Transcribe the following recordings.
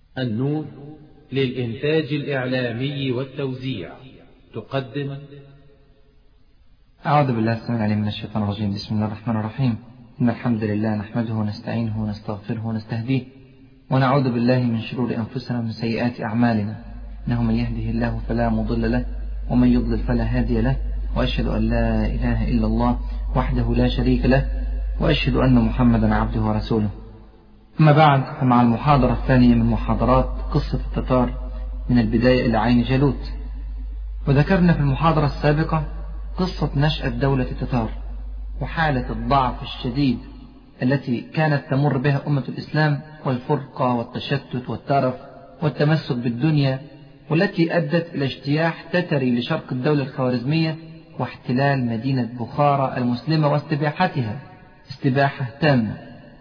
النور للإنتاج الإعلامي والتوزيع تقدم. أعوذ بالله السميع العليم من الشيطان الرجيم. بسم الله الرحمن الرحيم. إن الحمد لله نحمده ونستعينه ونستغفره ونستهديه ونعوذ بالله من شرور أنفسنا ومن سيئات أعمالنا، إنه من يهده الله فلا مضل له ومن يضلل فلا هادي له، وأشهد أن لا إله إلا الله وحده لا شريك له، وأشهد أن محمدا عبده ورسوله. أما بعد، فمع المحاضرة الثانية من محاضرات قصة التتار من البداية إلى عين جالوت. وذكرنا في المحاضرة السابقة قصة نشأة دولة التتار وحالة الضعف الشديد التي كانت تمر بها أمة الإسلام، والفرقة والتشتت والترف والتمسك بالدنيا، والتي أدت إلى اجتياح تتري لشرق الدولة الخوارزمية واحتلال مدينة بخارى المسلمة واستباحتها استباحة تامة،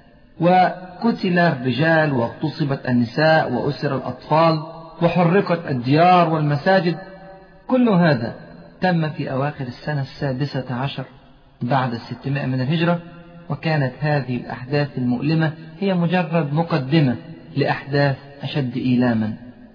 وقتل الرجال واغتصبت النساء وأسر الأطفال وحرقت الديار والمساجد. كل هذا تم في أواخر السنة 16 بعد 600 من الهجرة، وكانت هذه الأحداث المؤلمة هي مجرد مقدمة لأحداث أشد إيلاما.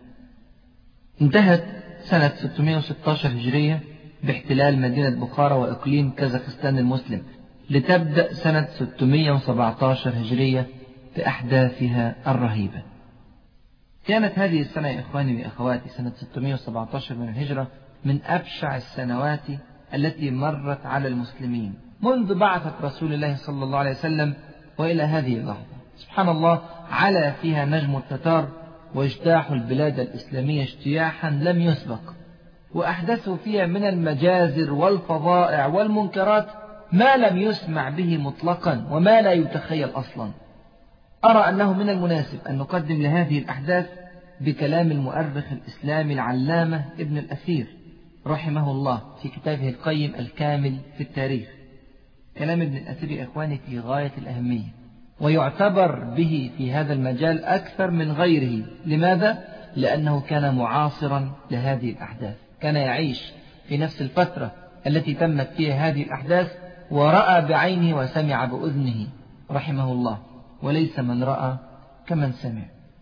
انتهت سنة 616 هجرية باحتلال مدينة بخارى وإقليم كازاخستان المسلم، لتبدأ سنة 617 هجرية بأحداثها الرهيبة. كانت هذه السنة يا إخواني وأخواتي، سنة 617 من الهجرة، من أبشع السنوات التي مرت على المسلمين منذ بعثة رسول الله صلى الله عليه وسلم وإلى هذه اللحظة. سبحان الله، علا فيها نجم التتار واجتاحوا البلاد الإسلامية اجتياحا لم يسبق، وأحدثوا فيها من المجازر والفظائع والمنكرات ما لم يسمع به مطلقا وما لا يتخيل أصلا. أرى أنه من المناسب أن نقدم لهذه الأحداث بكلام المؤرخ الإسلامي العلامة ابن الأثير رحمه الله في كتابه القيم الكامل في التاريخ. كلام ابن الأثير يا إخواني في غاية الأهمية، ويعتبر به في هذا المجال أكثر من غيره. لماذا؟ لأنه كان معاصرا لهذه الأحداث، كان يعيش في نفس الفترة التي تمت فيها هذه الأحداث، ورأى بعينه وسمع بأذنه رحمه الله، وليس من رأى كمن سمع.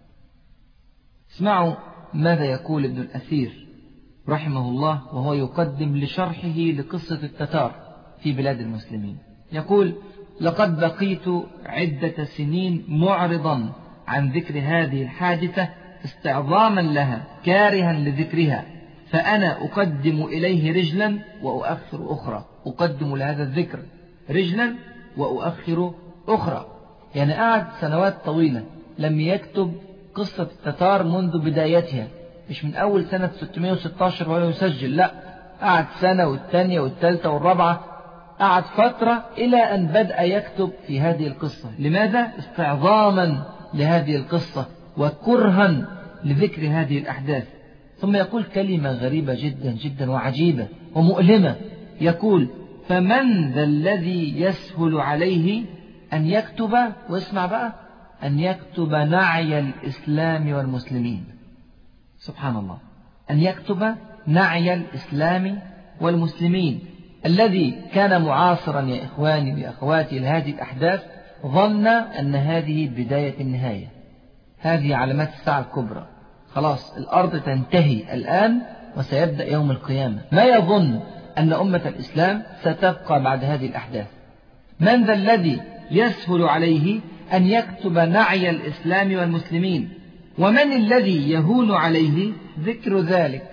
اسمعوا ماذا يقول ابن الأثير رحمه الله وهو يقدم لشرحه لقصة التتار في بلاد المسلمين. يقول: لقد بقيت عدة سنين معرضا عن ذكر هذه الحادثة استعظاما لها، كارها لذكرها، فأنا أقدم إليه رجلا وأؤخر أخرى. أقدم لهذا الذكر رجلا وأؤخر أخرى، يعني قعد سنوات طويلة لم يكتب قصة التتار منذ بدايتها، مش من أول سنة 616 وهو يسجل، لا، قعد سنة والثانية والثالثة والرابعة، قعد فترة إلى أن بدأ يكتب في هذه القصة. لماذا؟ استعظاما لهذه القصة وكرها لذكر هذه الأحداث. ثم يقول كلمة غريبة جدا جدا وعجيبة ومؤلمة، يقول: فمن ذا الذي يسهل عليه أن يكتب، واسمع بقى، أن يكتب نعي الإسلام والمسلمين. سبحان الله، أن يكتب نعي الإسلام والمسلمين. الذي كان معاصرا يا إخواني وأخواتي لهذه الأحداث ظن أن هذه بداية النهاية، هذه علامات الساعة الكبرى، خلاص الأرض تنتهي الآن وسيبدأ يوم القيامة. ما يظن أن أمة الإسلام ستبقى بعد هذه الأحداث. من ذا الذي يسهل عليه أن يكتب نعي الإسلام والمسلمين، ومن الذي يهون عليه ذكر ذلك؟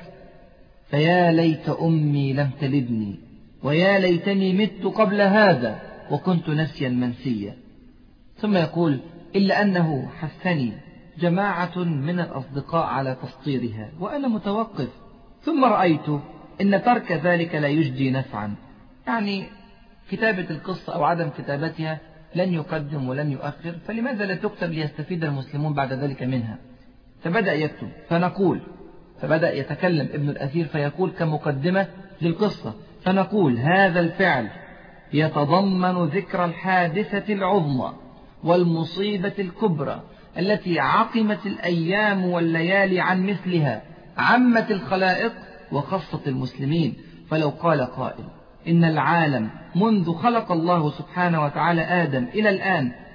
فيا ليت أمي لم تلدني، ويا ليتني مت قبل هذا وكنت نسيا منسيا. ثم يقول: إلا أنه حثني جماعة من الأصدقاء على تسطيرها وأنا متوقف، ثم رأيت إن ترك ذلك لا يجدي نفعا، يعني كتابة القصة أو عدم كتابتها لن يقدم ولن يؤخر، فلماذا لا تكتب ليستفيد المسلمون بعد ذلك منها؟ فبدأ يكتب. فبدأ يتكلم ابن الأثير فيقول كمقدمة للقصة، فنقول: هذا الفعل يتضمن ذكر الحادثة العظمى والمصيبة الكبرى التي عقمت الأيام والليالي عن مثلها، عمت الخلائق وخاصة المسلمين. فلو قال قائل إن العالم منذ خلق الله سبحانه وتعالى آدم إلى الآن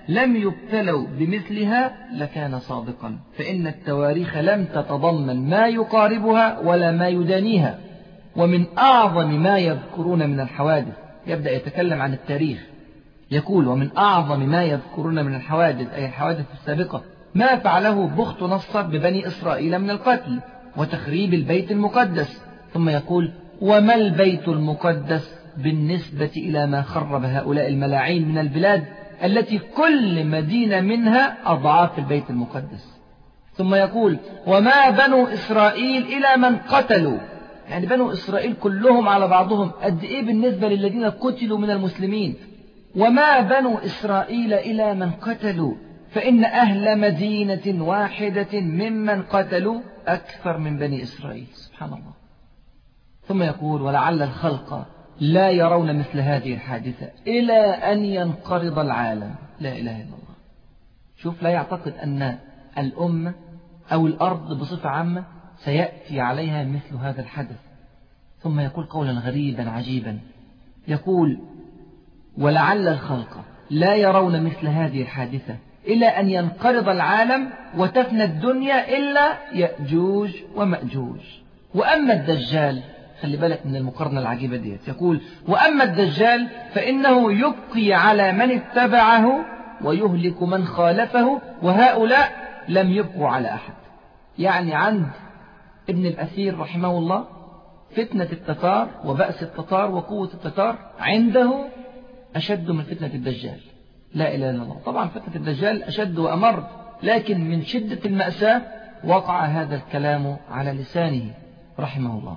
لم يبتلوا بمثلها لكان صادقا، فإن التواريخ لم تتضمن ما يقاربها ولا ما يدانيها. ومن أعظم ما يذكرون من الحوادث، يبدأ يتكلم عن التاريخ، يقول: ومن أعظم ما يذكرون من الحوادث، أي الحوادث السابقة، ما فعله بخت نصر ببني إسرائيل من القتل وتخريب البيت المقدس. ثم يقول: وما البيت المقدس بالنسبة إلى ما خرب هؤلاء الملاعين من البلاد التي كل مدينة منها أضعاف البيت المقدس. ثم يقول: وما بنو إسرائيل إلى من قتلوا، يعني بنو إسرائيل كلهم على بعضهم قد إيه بالنسبة للذين قتلوا من المسلمين. وما بنو إسرائيل إلى من قتلوا، فإن أهل مدينة واحدة ممن قتلوا أكثر من بني إسرائيل. سبحان الله. ثم يقول: ولعل الخلق لا يرون مثل هذه الحادثة إلى أن ينقرض العالم. لا إله إلا الله. شوف، لا يعتقد أن الأمة أو الأرض بصفة عامة سيأتي عليها مثل هذا الحدث. ثم يقول قولا غريبا عجيبا، يقول: ولعل الخلق لا يرون مثل هذه الحادثة إلى أن ينقرض العالم وتفنى الدنيا إلا يأجوج ومأجوج. وأما الدجال، خلي بالك من المقارنة العجيبة ديت، يقول: وأما الدجال فإنه يبقي على من اتبعه ويهلك من خالفه، وهؤلاء لم يبقوا على أحد. يعني عند ابن الأثير رحمه الله فتنة التتار وبأس التتار وقوة التتار عنده أشد من فتنة الدجال. لا إله إلا الله. طبعا فتنة الدجال أشد وأمر، لكن من شدة المأساة وقع هذا الكلام على لسانه رحمه الله.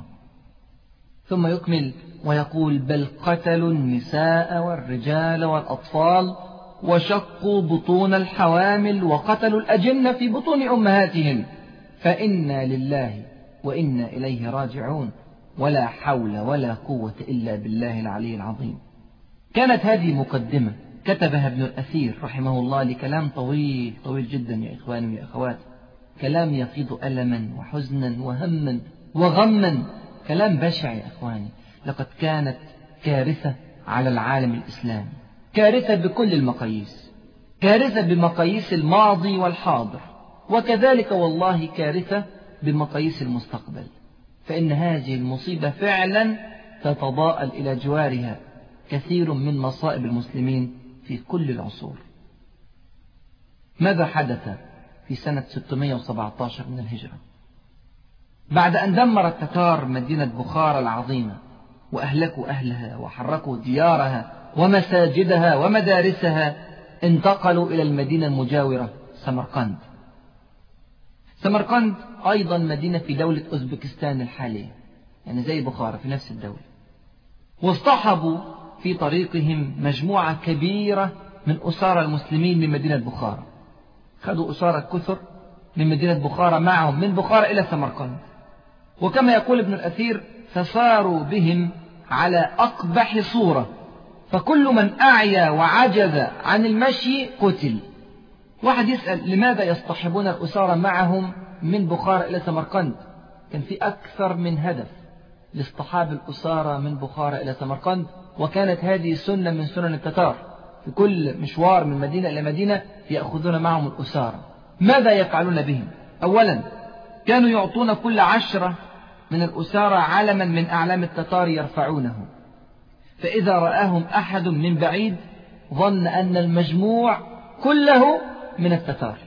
ثم يكمل ويقول: بل قتلوا النساء والرجال والأطفال وشقوا بطون الحوامل وقتلوا الأجنة في بطون أمهاتهم، فإنا لله وإنا إليه راجعون، ولا حول ولا قوة إلا بالله العلي العظيم. كانت هذه مقدمة كتبها ابن الأثير رحمه الله لكلام طويل طويل جدا يا إخواني ويا أخوات، كلام يفيض ألما وحزنا وهما وغما، كلام بشع يا إخواني. لقد كانت كارثة على العالم الإسلامي، كارثة بكل المقاييس، كارثة بمقاييس الماضي والحاضر، وكذلك والله كارثة بمقاييس المستقبل. فإن هذه المصيبة فعلا تتضاءل إلى جوارها كثير من مصائب المسلمين في كل العصور. ماذا حدث في سنة 617 من الهجرة؟ بعد أن دمر التتار مدينة بخارى العظيمة وأهلكوا أهلها وحركوا ديارها ومساجدها ومدارسها، انتقلوا إلى المدينة المجاورة سمرقند. سمرقند أيضا مدينة في دولة أوزبكستان الحالية، يعني زي بخارى في نفس الدولة. واصطحبوا في طريقهم مجموعة كبيرة من أسارى المسلمين من مدينة بخارى، خذوا أسارى كثر من مدينة بخارى معهم من بخارى إلى سمرقند. وكما يقول ابن الأثير: فصاروا بهم على أقبح صورة، فكل من أعيا وعجز عن المشي قتل. واحد يسأل: لماذا يصطحبون الأسارى معهم من بخارى إلى سمرقند؟ كان في أكثر من هدف لاصطحاب الأسارى من بخارى إلى سمرقند، وكانت هذه سنة من سنن التتار، في كل مشوار من مدينة إلى مدينة يأخذون معهم الأسارى. ماذا يفعلون بهم؟ أولا كانوا يعطون كل 10 من الأسارى علما من أعلام التتار يرفعونه، فإذا رآهم أحد من بعيد ظن أن المجموع كله من التتار،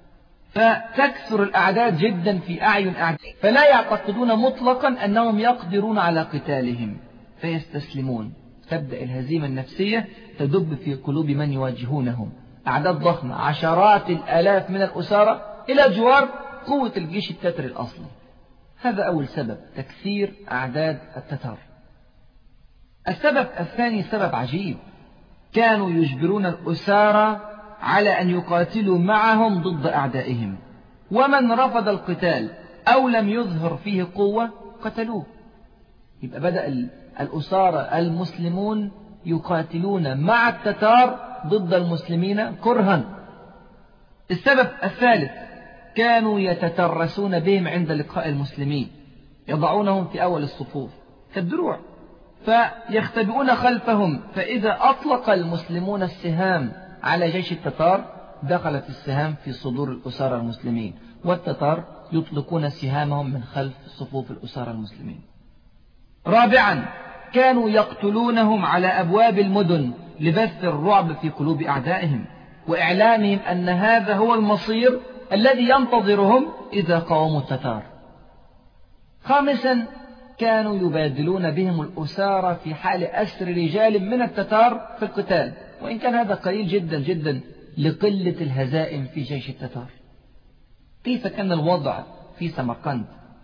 فتكثر الأعداد جدا في أعين أعداد، فلا يعتقدون مطلقا أنهم يقدرون على قتالهم فيستسلمون. تبدأ الهزيمة النفسية تدب في قلوب من يواجهونهم، أعداد ضخمة، عشرات الآلاف من الأسارى إلى جوار قوة الجيش التتري الأصلي. هذا أول سبب، تكثير أعداد التتار. السبب الثاني سبب عجيب، كانوا يجبرون الأسارى على أن يقاتلوا معهم ضد أعدائهم، ومن رفض القتال أو لم يظهر فيه قوة قتلوه. يبقى بدأ الأسارى المسلمون يقاتلون مع التتار ضد المسلمين كرها. السبب الثالث، كانوا يتترسون بهم عند لقاء المسلمين، يضعونهم في أول الصفوف كالدروع، فيختبئون خلفهم، فإذا أطلق المسلمون السهام على جيش التتار دخلت السهام في صدور الأسارى المسلمين، والتتار يطلقون سهامهم من خلف صفوف الأسارى المسلمين. رابعا، كانوا يقتلونهم على أبواب المدن لبث الرعب في قلوب أعدائهم وإعلامهم أن هذا هو المصير الذي ينتظرهم إذا قاوموا التتار. خامسا، كانوا يبادلون بهم الأسارى في حال أسر رجال من التتار في القتال، وإن كان هذا قليل جدا جدا لقلة الهزائم في جيش التتار. كيف كان الوضع في سمرقند؟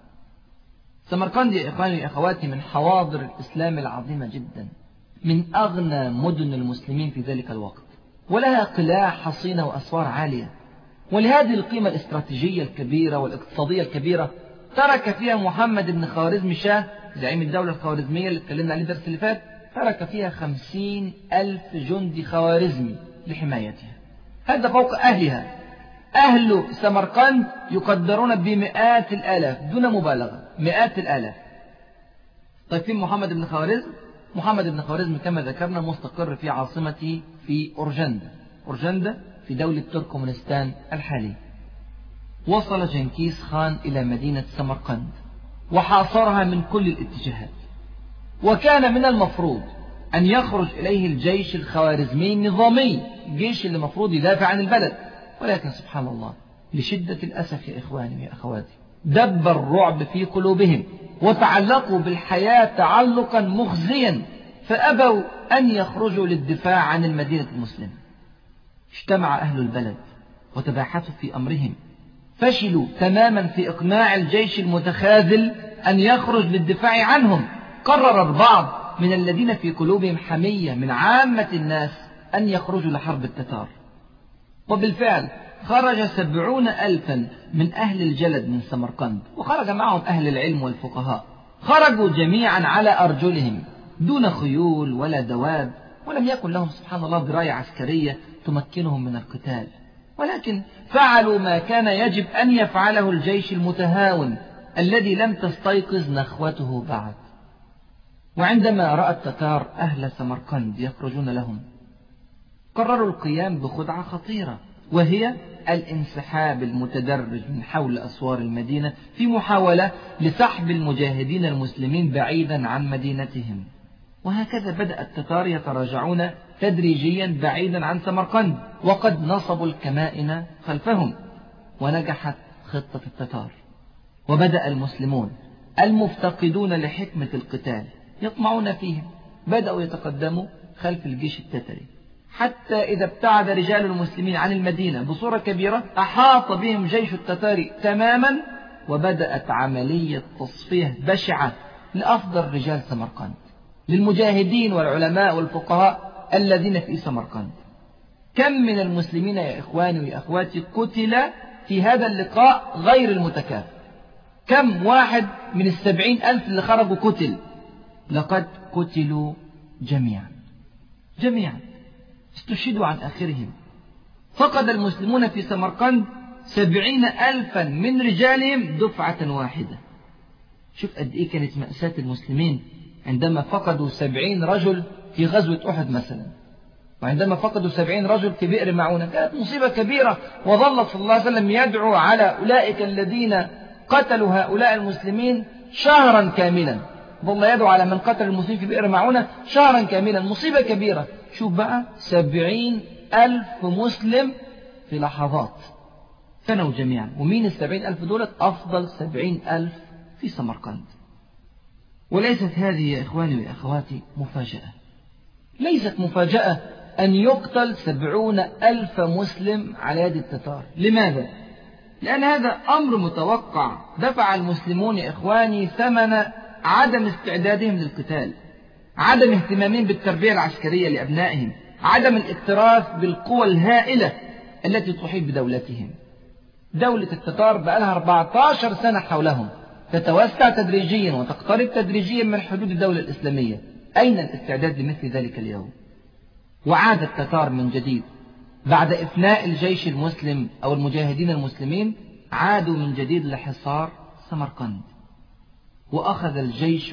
سمرقند يا إخواني وأخواتي من حواضر الإسلام العظيمة جدا، من أغنى مدن المسلمين في ذلك الوقت، ولها قلاع حصينة وأسوار عالية، ولهذه القيمة الاستراتيجية الكبيرة والاقتصادية الكبيرة ترك فيها محمد بن خوارزم شاه زعيم الدولة الخوارزمية اللي اتكلمنا عليه الدرس اللي فات، ترك فيها 50,000 جندي خوارزمي لحمايتها. هذا فوق أهلها. أهل سمرقند يقدرون بمئات الآلاف دون مبالغة، مئات الآلاف. طيب فين محمد بن خوارزم؟ محمد بن خوارزم كما ذكرنا مستقر في عاصمته في أورجندا في دولة تركمانستان الحالية. وصل جنكيز خان إلى مدينة سمرقند وحاصرها من كل الاتجاهات، وكان من المفروض أن يخرج إليه الجيش الخوارزمي النظامي، الجيش اللي المفروض يدافع عن البلد، ولكن سبحان الله لشدة الأسف يا إخواني ويا أخواتي دب الرعب في قلوبهم وتعلقوا بالحياة تعلقا مخزيا، فأبوا أن يخرجوا للدفاع عن المدينة المسلمة. اجتمع أهل البلد وتباحثوا في أمرهم، فشلوا تماما في إقناع الجيش المتخاذل أن يخرج للدفاع عنهم. قرر البعض من الذين في قلوبهم حمية من عامة الناس أن يخرجوا لحرب التتار، وبالفعل خرج 70,000 من أهل الجلد من سمرقند، وخرج معهم أهل العلم والفقهاء. خرجوا جميعا على أرجلهم دون خيول ولا دواب، ولم يكن لهم سبحان الله دراية عسكرية تمكنهم من القتال، ولكن فعلوا ما كان يجب أن يفعله الجيش المتهاون الذي لم تستيقظ نخوته بعد. وعندما رأى التتار أهل سمرقند يخرجون لهم، قرروا القيام بخدعة خطيرة، وهي الانسحاب المتدرج من حول أسوار المدينة في محاولة لسحب المجاهدين المسلمين بعيدا عن مدينتهم. وهكذا بدأ التتار يتراجعون تدريجيا بعيدا عن سمرقند، وقد نصبوا الكمائن خلفهم. ونجحت خطة التتار، وبدأ المسلمون المفتقدون لحكمة القتال يطمعون فيهم، بدأوا يتقدموا خلف الجيش التتري، حتى إذا ابتعد رجال المسلمين عن المدينة بصورة كبيرة أحاط بهم جيش التتار تماما، وبدأت عملية تصفية بشعة لأفضل رجال سمرقند، للمجاهدين والعلماء والفقهاء الذين في سمرقند. كم من المسلمين يا إخواني وأخواتي قتل في هذا اللقاء غير المتكافئ؟ كم واحد من 70,000 اللي خرجوا قتل؟ لقد قتلوا جميعا استشهدوا عن آخرهم. فقد المسلمون في سمرقند 70,000 من رجالهم دفعة واحدة. شوف قد إيه كانت مأساة المسلمين عندما فقدوا 70 رجل في غزوة أحد مثلا، وعندما فقدوا 70 رجل في بئر معونة، كانت مصيبة كبيرة. وظل صلى الله عليه وسلم يدعو على أولئك الذين قتلوا هؤلاء المسلمين شهرا كاملا، ظل يدعو على من قتل المسلمين في بئر معونة شهرا كاملا. مصيبة كبيرة. شوف بقى 70,000 مسلم في لحظات فنوا جميعا. ومين 70,000 دولت؟ أفضل 70,000 في سمرقند. وليست هذه يا إخواني وأخواتي مفاجأة، ليست مفاجأة أن يقتل 70,000 مسلم على يد التتار. لماذا؟ لأن هذا أمر متوقع. دفع المسلمون يا إخواني ثمن عدم استعدادهم للقتال، عدم اهتمامهم بالتربية العسكرية لأبنائهم، عدم الاكتراث بالقوى الهائلة التي تحيط بدولتهم. دولة التتار بقى لها 14 سنة حولهم، تتوسع تدريجيا وتقترب تدريجيا من حدود الدولة الإسلامية. أين الاستعداد لمثل ذلك اليوم؟ وعاد التتار من جديد بعد إفناء الجيش المسلم أو المجاهدين المسلمين، عادوا من جديد لحصار سمرقند. وأخذ الجيش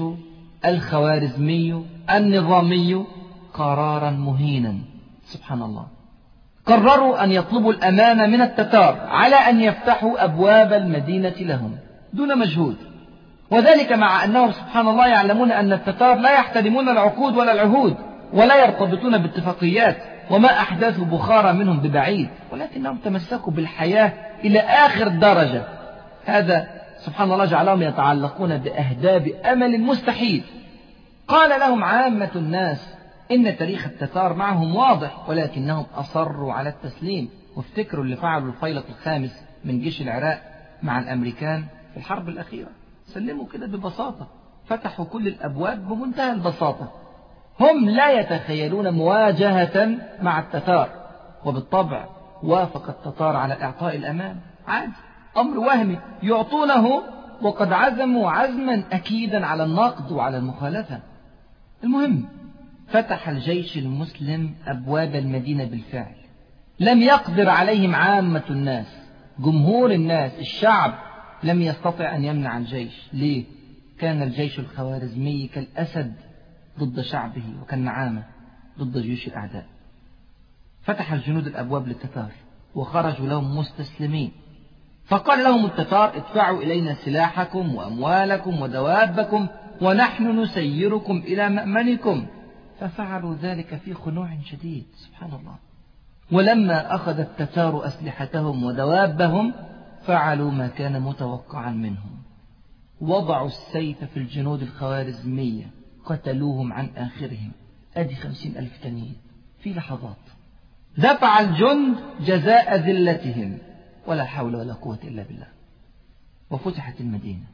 الخوارزمي النظامي قرارا مهينا، سبحان الله، قرروا أن يطلبوا الأمان من التتار على أن يفتحوا أبواب المدينة لهم دون مجهود، وذلك مع أنهم سبحان الله يعلمون أن التتار لا يحترمون العقود ولا العهود ولا يرتبطون باتفاقيات، وما أحداثوا بخارى منهم ببعيد، ولكنهم تمسكوا بالحياة إلى آخر درجة. هذا سبحان الله جعلهم يتعلقون بأهداب أمل مستحيل. قال لهم عامة الناس إن تاريخ التتار معهم واضح، ولكنهم أصروا على التسليم. وافتكروا اللي فعلوا الفيلق الخامس من جيش العراق مع الأمريكان في الحرب الأخيرة، سلموا كده ببساطة، فتحوا كل الأبواب بمنتهى البساطة. هم لا يتخيلون مواجهة مع التتار، وبالطبع وافق التتار على إعطاء الأمان. عادي، أمر وهمي يعطونه، وقد عزموا عزما أكيدا على النقد وعلى المخالفة. المهم فتح الجيش المسلم أبواب المدينة بالفعل. لم يقدر عليهم عامة الناس، جمهور الناس، الشعب لم يستطع أن يمنع الجيش. ليه؟ كان الجيش الخوارزمي كالأسد ضد شعبه، وكالنعامة ضد جيوش الأعداء. فتح الجنود الأبواب للتتار وخرجوا لهم مستسلمين، فقال لهم التتار: ادفعوا إلينا سلاحكم وأموالكم ودوابكم ونحن نسيركم إلى مأمنكم. ففعلوا ذلك في خنوع شديد سبحان الله. ولما أخذ التتار أسلحتهم ودوابهم فعلوا ما كان متوقعا منهم، وضعوا السيف في الجنود الخوارزمية، قتلوهم عن آخرهم. أدي 50,000 تنين في لحظات. دفع الجند جزاء ذلتهم، ولا حول ولا قوة إلا بالله. وفتحت المدينة.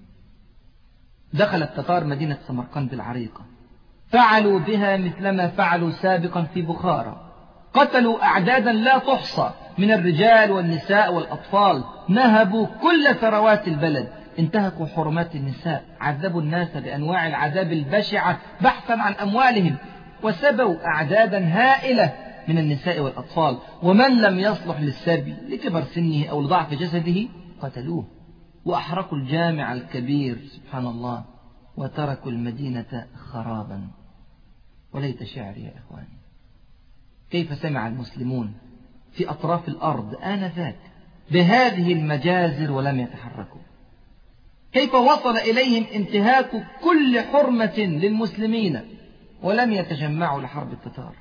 دخل التتار مدينة سمرقند العريقة، فعلوا بها مثلما فعلوا سابقا في بخارى. قتلوا أعدادا لا تحصى من الرجال والنساء والأطفال، نهبوا كل ثروات البلد، انتهكوا حرمات النساء، عذبوا الناس بأنواع العذاب البشعة بحثا عن أموالهم، وسبوا أعدادا هائلة من النساء والأطفال. ومن لم يصلح للسبي لكبر سنه أو لضعف جسده قتلوه. وأحرقوا الجامع الكبير سبحان الله، وتركوا المدينة خرابا. وليت شعري يا إخواني، كيف سمع المسلمون في أطراف الأرض آنذاك بهذه المجازر ولم يتحركوا؟ كيف وصل إليهم انتهاك كل حرمة للمسلمين ولم يتجمعوا لحرب التتار؟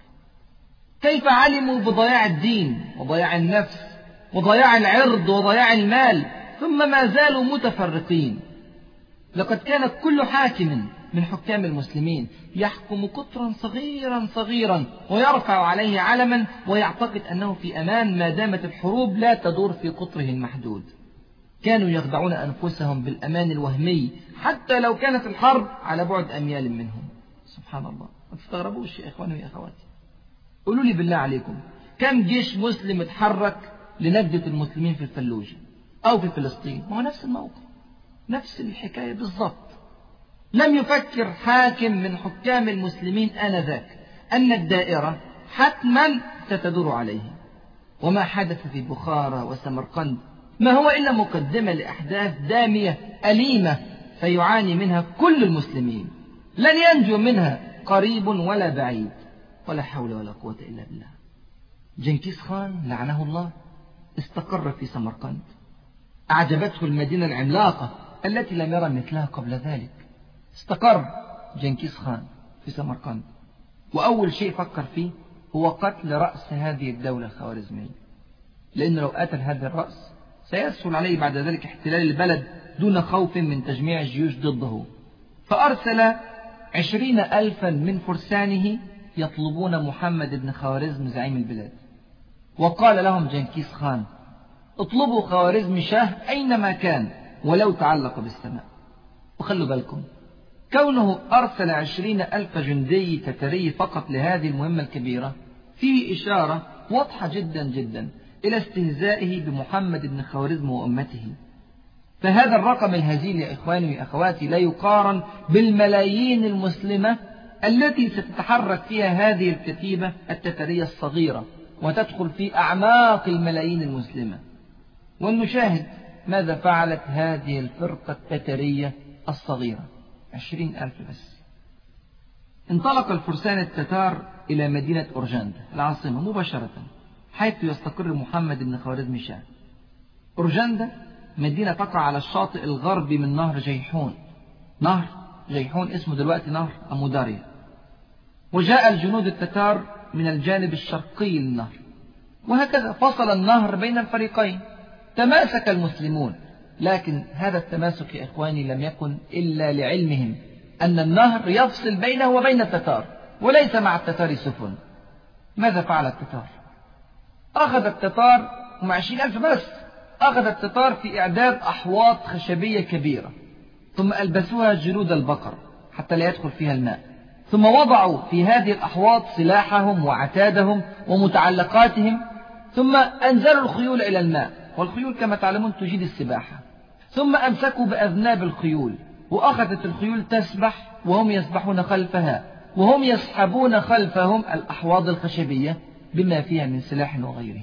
كيف علموا بضياع الدين وضياع النفس وضياع العرض وضياع المال ثم ما زالوا متفرقين؟ لقد كان كل حاكم من حكام المسلمين يحكم قطرا صغيرا صغيرا ويرفع عليه علما ويعتقد أنه في أمان ما دامت الحروب لا تدور في قطره المحدود. كانوا يخدعون أنفسهم بالأمان الوهمي حتى لو كانت الحرب على بعد أميال منهم. سبحان الله، ما تستغربوش يا إخواني ويا أخواتي. قولوا لي بالله عليكم، كم جيش مسلم اتحرك لنجدة المسلمين في الفلوجة أو في فلسطين؟ هو نفس الموقف، نفس الحكاية بالضبط. لم يفكر حاكم من حكام المسلمين آنذاك أن الدائرة حتما ستدور عليه. وما حدث في بخارى وسمرقند ما هو إلا مقدمة لأحداث دامية أليمة سيعاني منها كل المسلمين، لن ينجو منها قريب ولا بعيد، ولا حول ولا قوة إلا بالله. جنكيز خان لعنه الله استقر في سمرقند. أعجبته المدينة العملاقة التي لم يرى مثلها قبل ذلك. استقر جنكيز خان في سمرقند، وأول شيء فكر فيه هو قتل رأس هذه الدولة الخوارزمية، لأنه لو قتل هذا الرأس سيسهل عليه بعد ذلك احتلال البلد دون خوف من تجميع الجيوش ضده. فأرسل 20,000 من فرسانه يطلبون محمد بن خوارزم زعيم البلاد، وقال لهم جنكيز خان: اطلبوا خوارزم شاه أينما كان ولو تعلق بالسماء. وخلوا بالكم، كونه أرسل 20,000 جندي تتري فقط لهذه المهمة الكبيرة فيه إشارة واضحة جدا جدا إلى استهزائه بمحمد بن خوارزم وأمته. فهذا الرقم الهزيل يا إخواني وأخواتي لا يقارن بالملايين المسلمة التي ستتحرك فيها هذه الكتيبة التترية الصغيرة وتدخل في أعماق الملايين المسلمة. ونشاهد ماذا فعلت هذه الفرقة التترية الصغيرة، 20,000 بس. انطلق الفرسان التتار إلى مدينة أورجاندا العاصمة مباشرة، حيث يستقر محمد بن خوارزمشاه. أورجندا مدينة تقع على الشاطئ الغربي من نهر جيحون. نهر جيحون اسمه دلوقتي نهر أموداريا. وجاء الجنود التتار من الجانب الشرقي للنهر، وهكذا فصل النهر بين الفريقين. تماسك المسلمون، لكن هذا التماسك يا إخواني لم يكن إلا لعلمهم أن النهر يفصل بينه وبين التتار، وليس مع التتار سفن. ماذا فعل التتار؟ أخذ التتار هم 20,000 بس، أخذ التتار في إعداد أحواض خشبية كبيرة، ثم ألبسوها جلود البقر حتى لا يدخل فيها الماء، ثم وضعوا في هذه الأحواض سلاحهم وعتادهم ومتعلقاتهم، ثم أنزلوا الخيول إلى الماء، والخيول كما تعلمون تجيد السباحة، ثم أمسكوا بأذناب الخيول، وأخذت الخيول تسبح وهم يسبحون خلفها، وهم يسحبون خلفهم الأحواض الخشبية بما فيها من سلاح وغيره.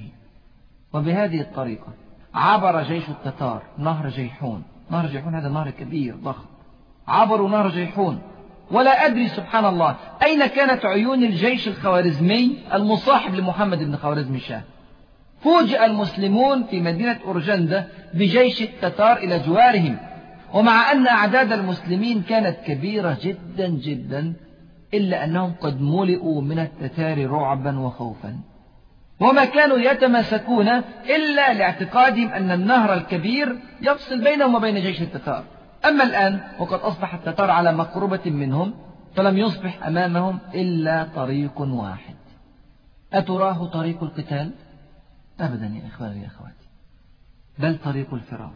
وبهذه الطريقة عبر جيش التتار نهر جيحون. نهر جيحون هذا نهر كبير ضخم. عبروا نهر جيحون، ولا أدري سبحان الله أين كانت عيون الجيش الخوارزمي المصاحب لمحمد بن خوارزمشاه. فوجئ المسلمون في مدينة أورجندا بجيش التتار إلى جوارهم، ومع أن أعداد المسلمين كانت كبيرة جدا جدا، إلا أنهم قد ملئوا من التتار رعبا وخوفا، وما كانوا يتمسكون إلا لاعتقادهم أن النهر الكبير يفصل بينهم وبين جيش التتار. أما الآن وقد أصبح التتار على مقربة منهم، فلم يصبح أمامهم إلا طريق واحد. أتراه طريق القتال؟ أبدا يا إخواني يا أخواتي، بل طريق الفرار.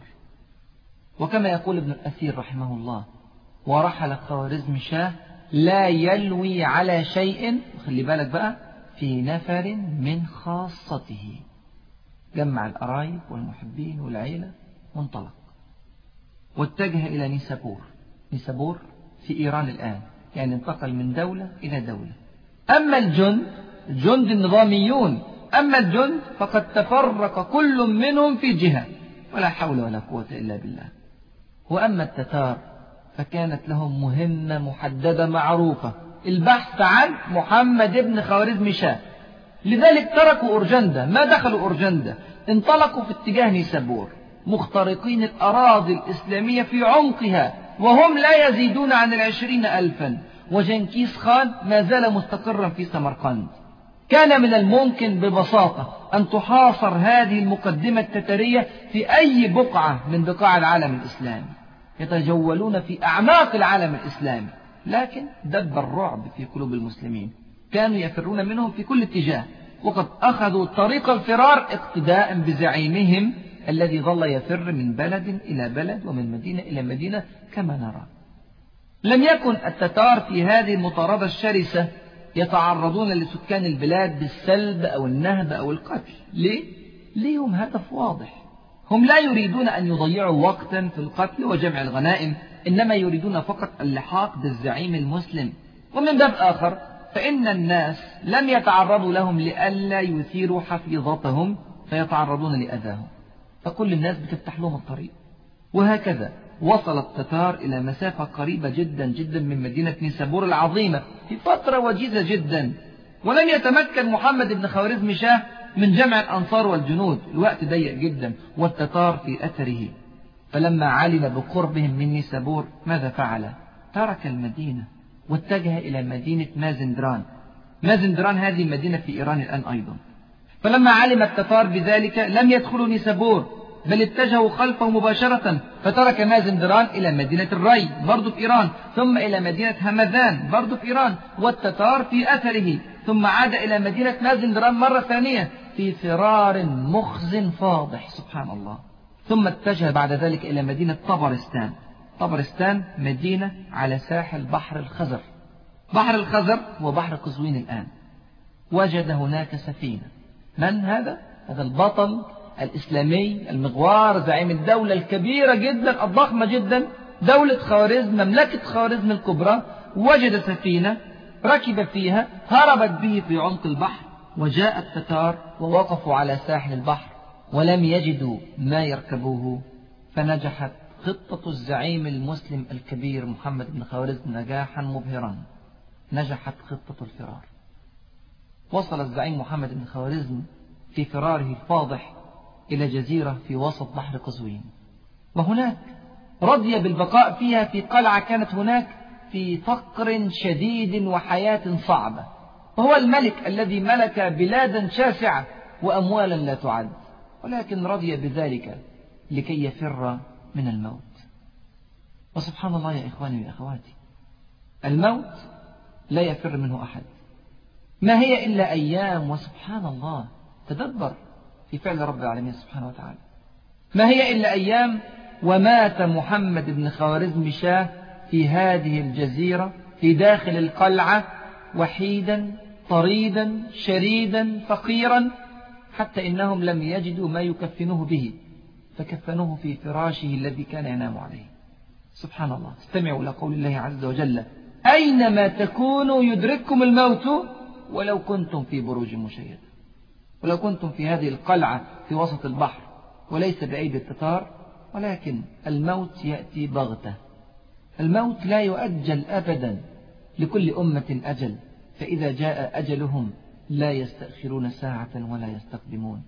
وكما يقول ابن الأثير رحمه الله: ورحل خوارزمشاه لا يلوي على شيء، خلي بالك بقى، في نفر من خاصته. جمع القرايب والمحبين والعيلة وانطلق، واتجه إلى نيسابور. نيسابور في إيران الآن، يعني انتقل من دولة إلى دولة. أما الجند النظاميون، أما الجند فقد تفرق كل منهم في جهة، ولا حول ولا قوة إلا بالله. وأما التتار فكانت لهم مهمة محددة معروفة: البحث عن محمد بن خوارزمشاه. لذلك تركوا أورجندا، ما دخلوا أورجندا، انطلقوا في اتجاه نيسابور، مخترقين الأراضي الإسلامية في عمقها، وهم لا يزيدون عن 20,000. وجنكيز خان ما زال مستقرا في سمرقند. كان من الممكن ببساطة أن تحاصر هذه المقدمة التتارية في أي بقعة من بقاع العالم الإسلامي، يتجولون في أعماق العالم الإسلامي، لكن دب الرعب في قلوب المسلمين، كانوا يفرون منهم في كل اتجاه، وقد أخذوا طريق الفرار اقتداء بزعيمهم الذي ظل يفر من بلد إلى بلد ومن مدينة إلى مدينة كما نرى. لم يكن التتار في هذه المطاردة الشرسة يتعرضون لسكان البلاد بالسلب أو النهب أو القتل. ليه؟ ليهم هدف واضح، هم لا يريدون أن يضيعوا وقتا في القتل وجمع الغنائم، إنما يريدون فقط اللحاق بالزعيم المسلم. ومن باب آخر فإن الناس لم يتعرضوا لهم لئلا يثيروا حفيظتهم فيتعرضون لأذاهم، فكل الناس بتفتح لهم الطريق. وهكذا وصل التتار إلى مسافة قريبة جدا جدا من مدينة نيسابور العظيمة في فترة وجيزة جدا، ولم يتمكن محمد بن خوارزمشاه من جمع الأنصار والجنود، الوقت ضيق جدا والتتار في أثره. فلما علم بقربهم من نيسابور ماذا فعل؟ ترك المدينة واتجه إلى مدينة مازندران. مازندران هذه مدينة في إيران الآن أيضا. فلما علم التتار بذلك لم يدخلوا نيسابور، بل اتجهوا خلفه مباشرة، فترك مازندران إلى مدينة الري برضو في إيران، ثم إلى مدينة همذان برضو في إيران، والتتار في أثره، ثم عاد إلى مدينة مازندران مرة ثانية في فرار مخز فاضح سبحان الله. ثم اتجه بعد ذلك إلى مدينة طبرستان. طبرستان مدينة على ساحل بحر الخزر. بحر الخزر هو بحر قزوين الآن. وجد هناك سفينة. من هذا؟ هذا البطل الإسلامي المغوار، زعيم الدولة الكبيرة جدا الضخمة جدا، دولة خوارزم، مملكة خوارزم الكبرى. وجد سفينة ركب فيها، هربت به في عمق البحر، وجاء التتار ووقفوا على ساحل البحر ولم يجدوا ما يركبوه، فنجحت خطة الزعيم المسلم الكبير محمد بن خوارزم نجاحا مبهرا. نجحت خطة الفرار. وصل الزعيم محمد بن خوارزم في فراره الفاضح إلى جزيرة في وسط بحر قزوين، وهناك رضي بالبقاء فيها في قلعة كانت هناك في فقر شديد وحياة صعبة، وهو الملك الذي ملك بلادا شاسعة وأموالا لا تعد، ولكن رضي بذلك لكي يفر من الموت. وسبحان الله يا إخواني وأخواتي، الموت لا يفر منه أحد، ما هي إلا أيام. وسبحان الله، تدبر في فعل رب العالمين سبحانه وتعالى، ما هي إلا أيام. ومات محمد بن خوارزمشاه في هذه الجزيرة في داخل القلعة وحيدا طريدا شريدا فقيرا، حتى إنهم لم يجدوا ما يكفنوه به فكفنوه في فراشه الذي كان ينام عليه. سبحان الله. استمعوا إلى قول الله عز وجل: أينما تكونوا يدرككم الموت ولو كنتم في بروج مشيدة. ولو كنتم في هذه القلعة في وسط البحر وليس بأيدي التتار، ولكن الموت يأتي بغتة. الموت لا يؤجل أبدا، لكل أمة أجل، فإذا جاء أجلهم لا يستأخرون ساعة ولا يستقدمون.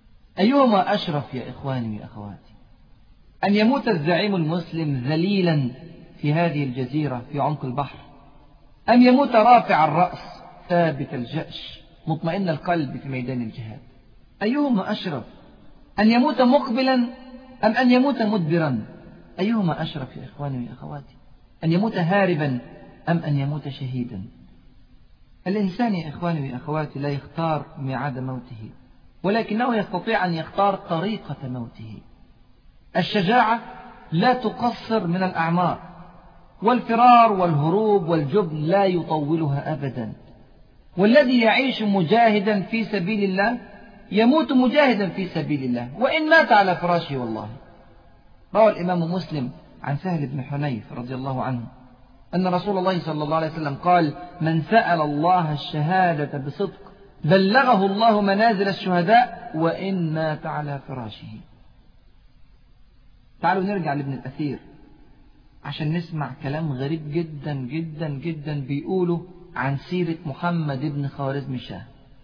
أيهما أشرف يا إخواني وأخواتي، أن يموت الزعيم المسلم ذليلا في هذه الجزيرة في عمق البحر، أم يموت رافع الرأس ثابت الجأش مطمئن القلب في ميدان الجهاد؟ أيهما أشرف، أن يموت مقبلا أم أن يموت مدبرا؟ أيهما أشرف يا إخواني وأخواتي، أن يموت هاربا أم أن يموت شهيدا؟ الإنسان يا إخواني وأخواتي لا يختار ميعاد موته، ولكنه يستطيع أن يختار طريقة موته. الشجاعة لا تقصر من الأعمار، والفرار والهروب والجبن لا يطولها أبدا. والذي يعيش مجاهدا في سبيل الله يموت مجاهدا في سبيل الله، وإن مات على فراشه. والله روى الإمام مسلم عن سهل بن حنيف رضي الله عنه أن رسول الله صلى الله عليه وسلم قال: من سأل الله الشهادة بصدق بلغه الله منازل الشهداء وإن مات على فراشه. تعالوا نرجع لابن الأثير عشان نسمع كلام غريب جدا جدا جدا بيقوله عن سيرة محمد بن خوارزمشاه.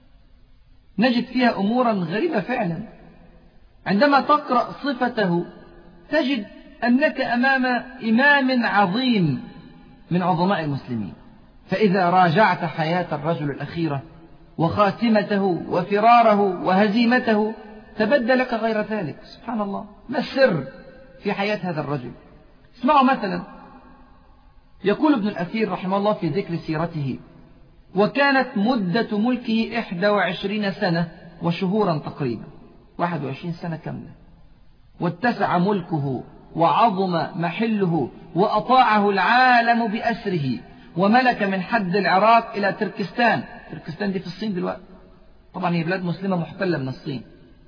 نجد فيها أمورا غريبة فعلا. عندما تقرأ صفته تجد أنك أمام إمام عظيم من عظماء المسلمين، فإذا راجعت حياة الرجل الأخيرة وخاتمته وفراره وهزيمته تبدى لك غير ذلك. سبحان الله، ما السر في حياة هذا الرجل؟ اسمعوا مثلا، يقول ابن الأثير رحمه الله في ذكر سيرته: وكانت مدة ملكه 21 سنة وشهورا تقريبا، 21 سنة كاملة، واتسع ملكه وعظم محله وأطاعه العالم بأسره، وملك من حد العراق إلى تركستان. تركستان دي في الصين دلوقتي، طبعا هي بلاد مسلمة محتلة من الصين.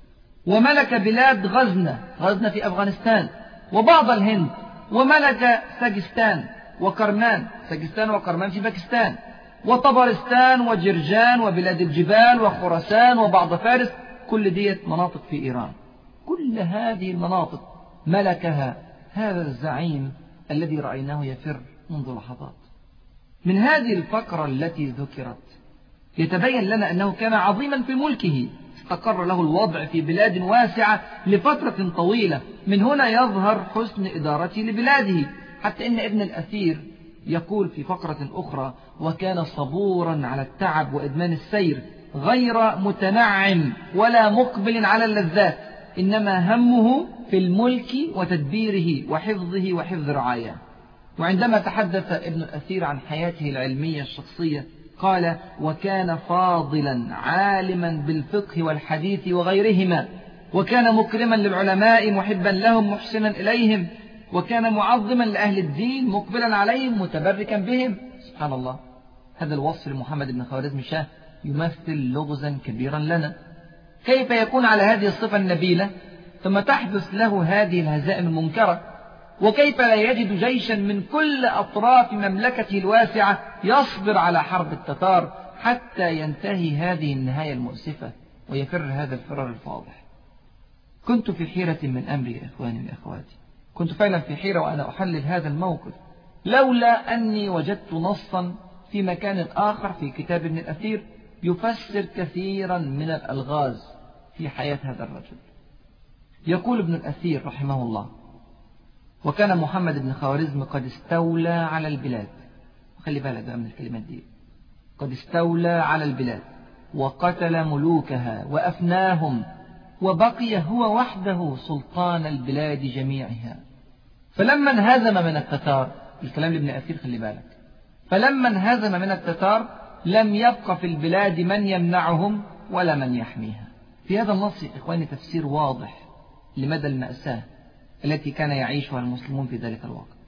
وملك بلاد غزنة في أفغانستان وبعض الهند، وملك ساجستان وكرمان، ساجستان وكرمان في باكستان، وطبرستان وجرجان وبلاد الجبال وخراسان وبعض فارس، كل ديت مناطق في إيران. كل هذه المناطق ملكها هذا الزعيم الذي رأيناه يفر منذ لحظات. من هذه الفقرة التي ذكرت يتبين لنا أنه كان عظيما في ملكه، استقر له الوضع في بلاد واسعة لفترة طويلة. من هنا يظهر حسن إدارته لبلاده، حتى إن ابن الأثير يقول في فقرة أخرى: وكان صبورا على التعب وإدمان السير، غير متنعم ولا مقبل على اللذات، إنما همه في الملك وتدبيره وحفظه وحفظ رعاياه. وعندما تحدث ابن الأثير عن حياته العلمية الشخصية قال: وكان فاضلا عالما بالفقه والحديث وغيرهما، وكان مكرما للعلماء محبا لهم محسنا إليهم، وكان معظما لأهل الدين مقبلا عليهم متبركا بهم. سبحان الله، هذا الوصف لمحمد بن خوارزمشاه يمثل لغزا كبيرا لنا. كيف يكون على هذه الصفة النبيلة ثم تحدث له هذه الهزائم المنكرة؟ وكيف لا يجد جيشا من كل أطراف مملكته الواسعة يصبر على حرب التتار حتى ينتهي هذه النهاية المؤسفة ويفر هذا الفرار الفاضح؟ كنت في حيرة من أمري يا إخواني وأخواتي، كنت فعلا في حيرة وأنا أحلل هذا الموقف، لولا أني وجدت نصا في مكان آخر في كتاب ابن الأثير يفسر كثيرا من الألغاز في حياة هذا الرجل. يقول ابن الأثير رحمه الله: وكان محمد بن خوارزم قد استولى على البلاد. خلي بالك بقى من الكلمات دي، قد استولى على البلاد وقتل ملوكها وأفناهم، وبقي هو وحده سلطان البلاد جميعها. فلما انهزم من التتار، الكلام لابن أثير خلي بالك، فلما انهزم من التتار لم يبق في البلاد من يمنعهم ولا من يحميها. في هذا النص يا إخواني تفسير واضح لمدى المأساة التي كان يعيشها المسلمون في ذلك الوقت.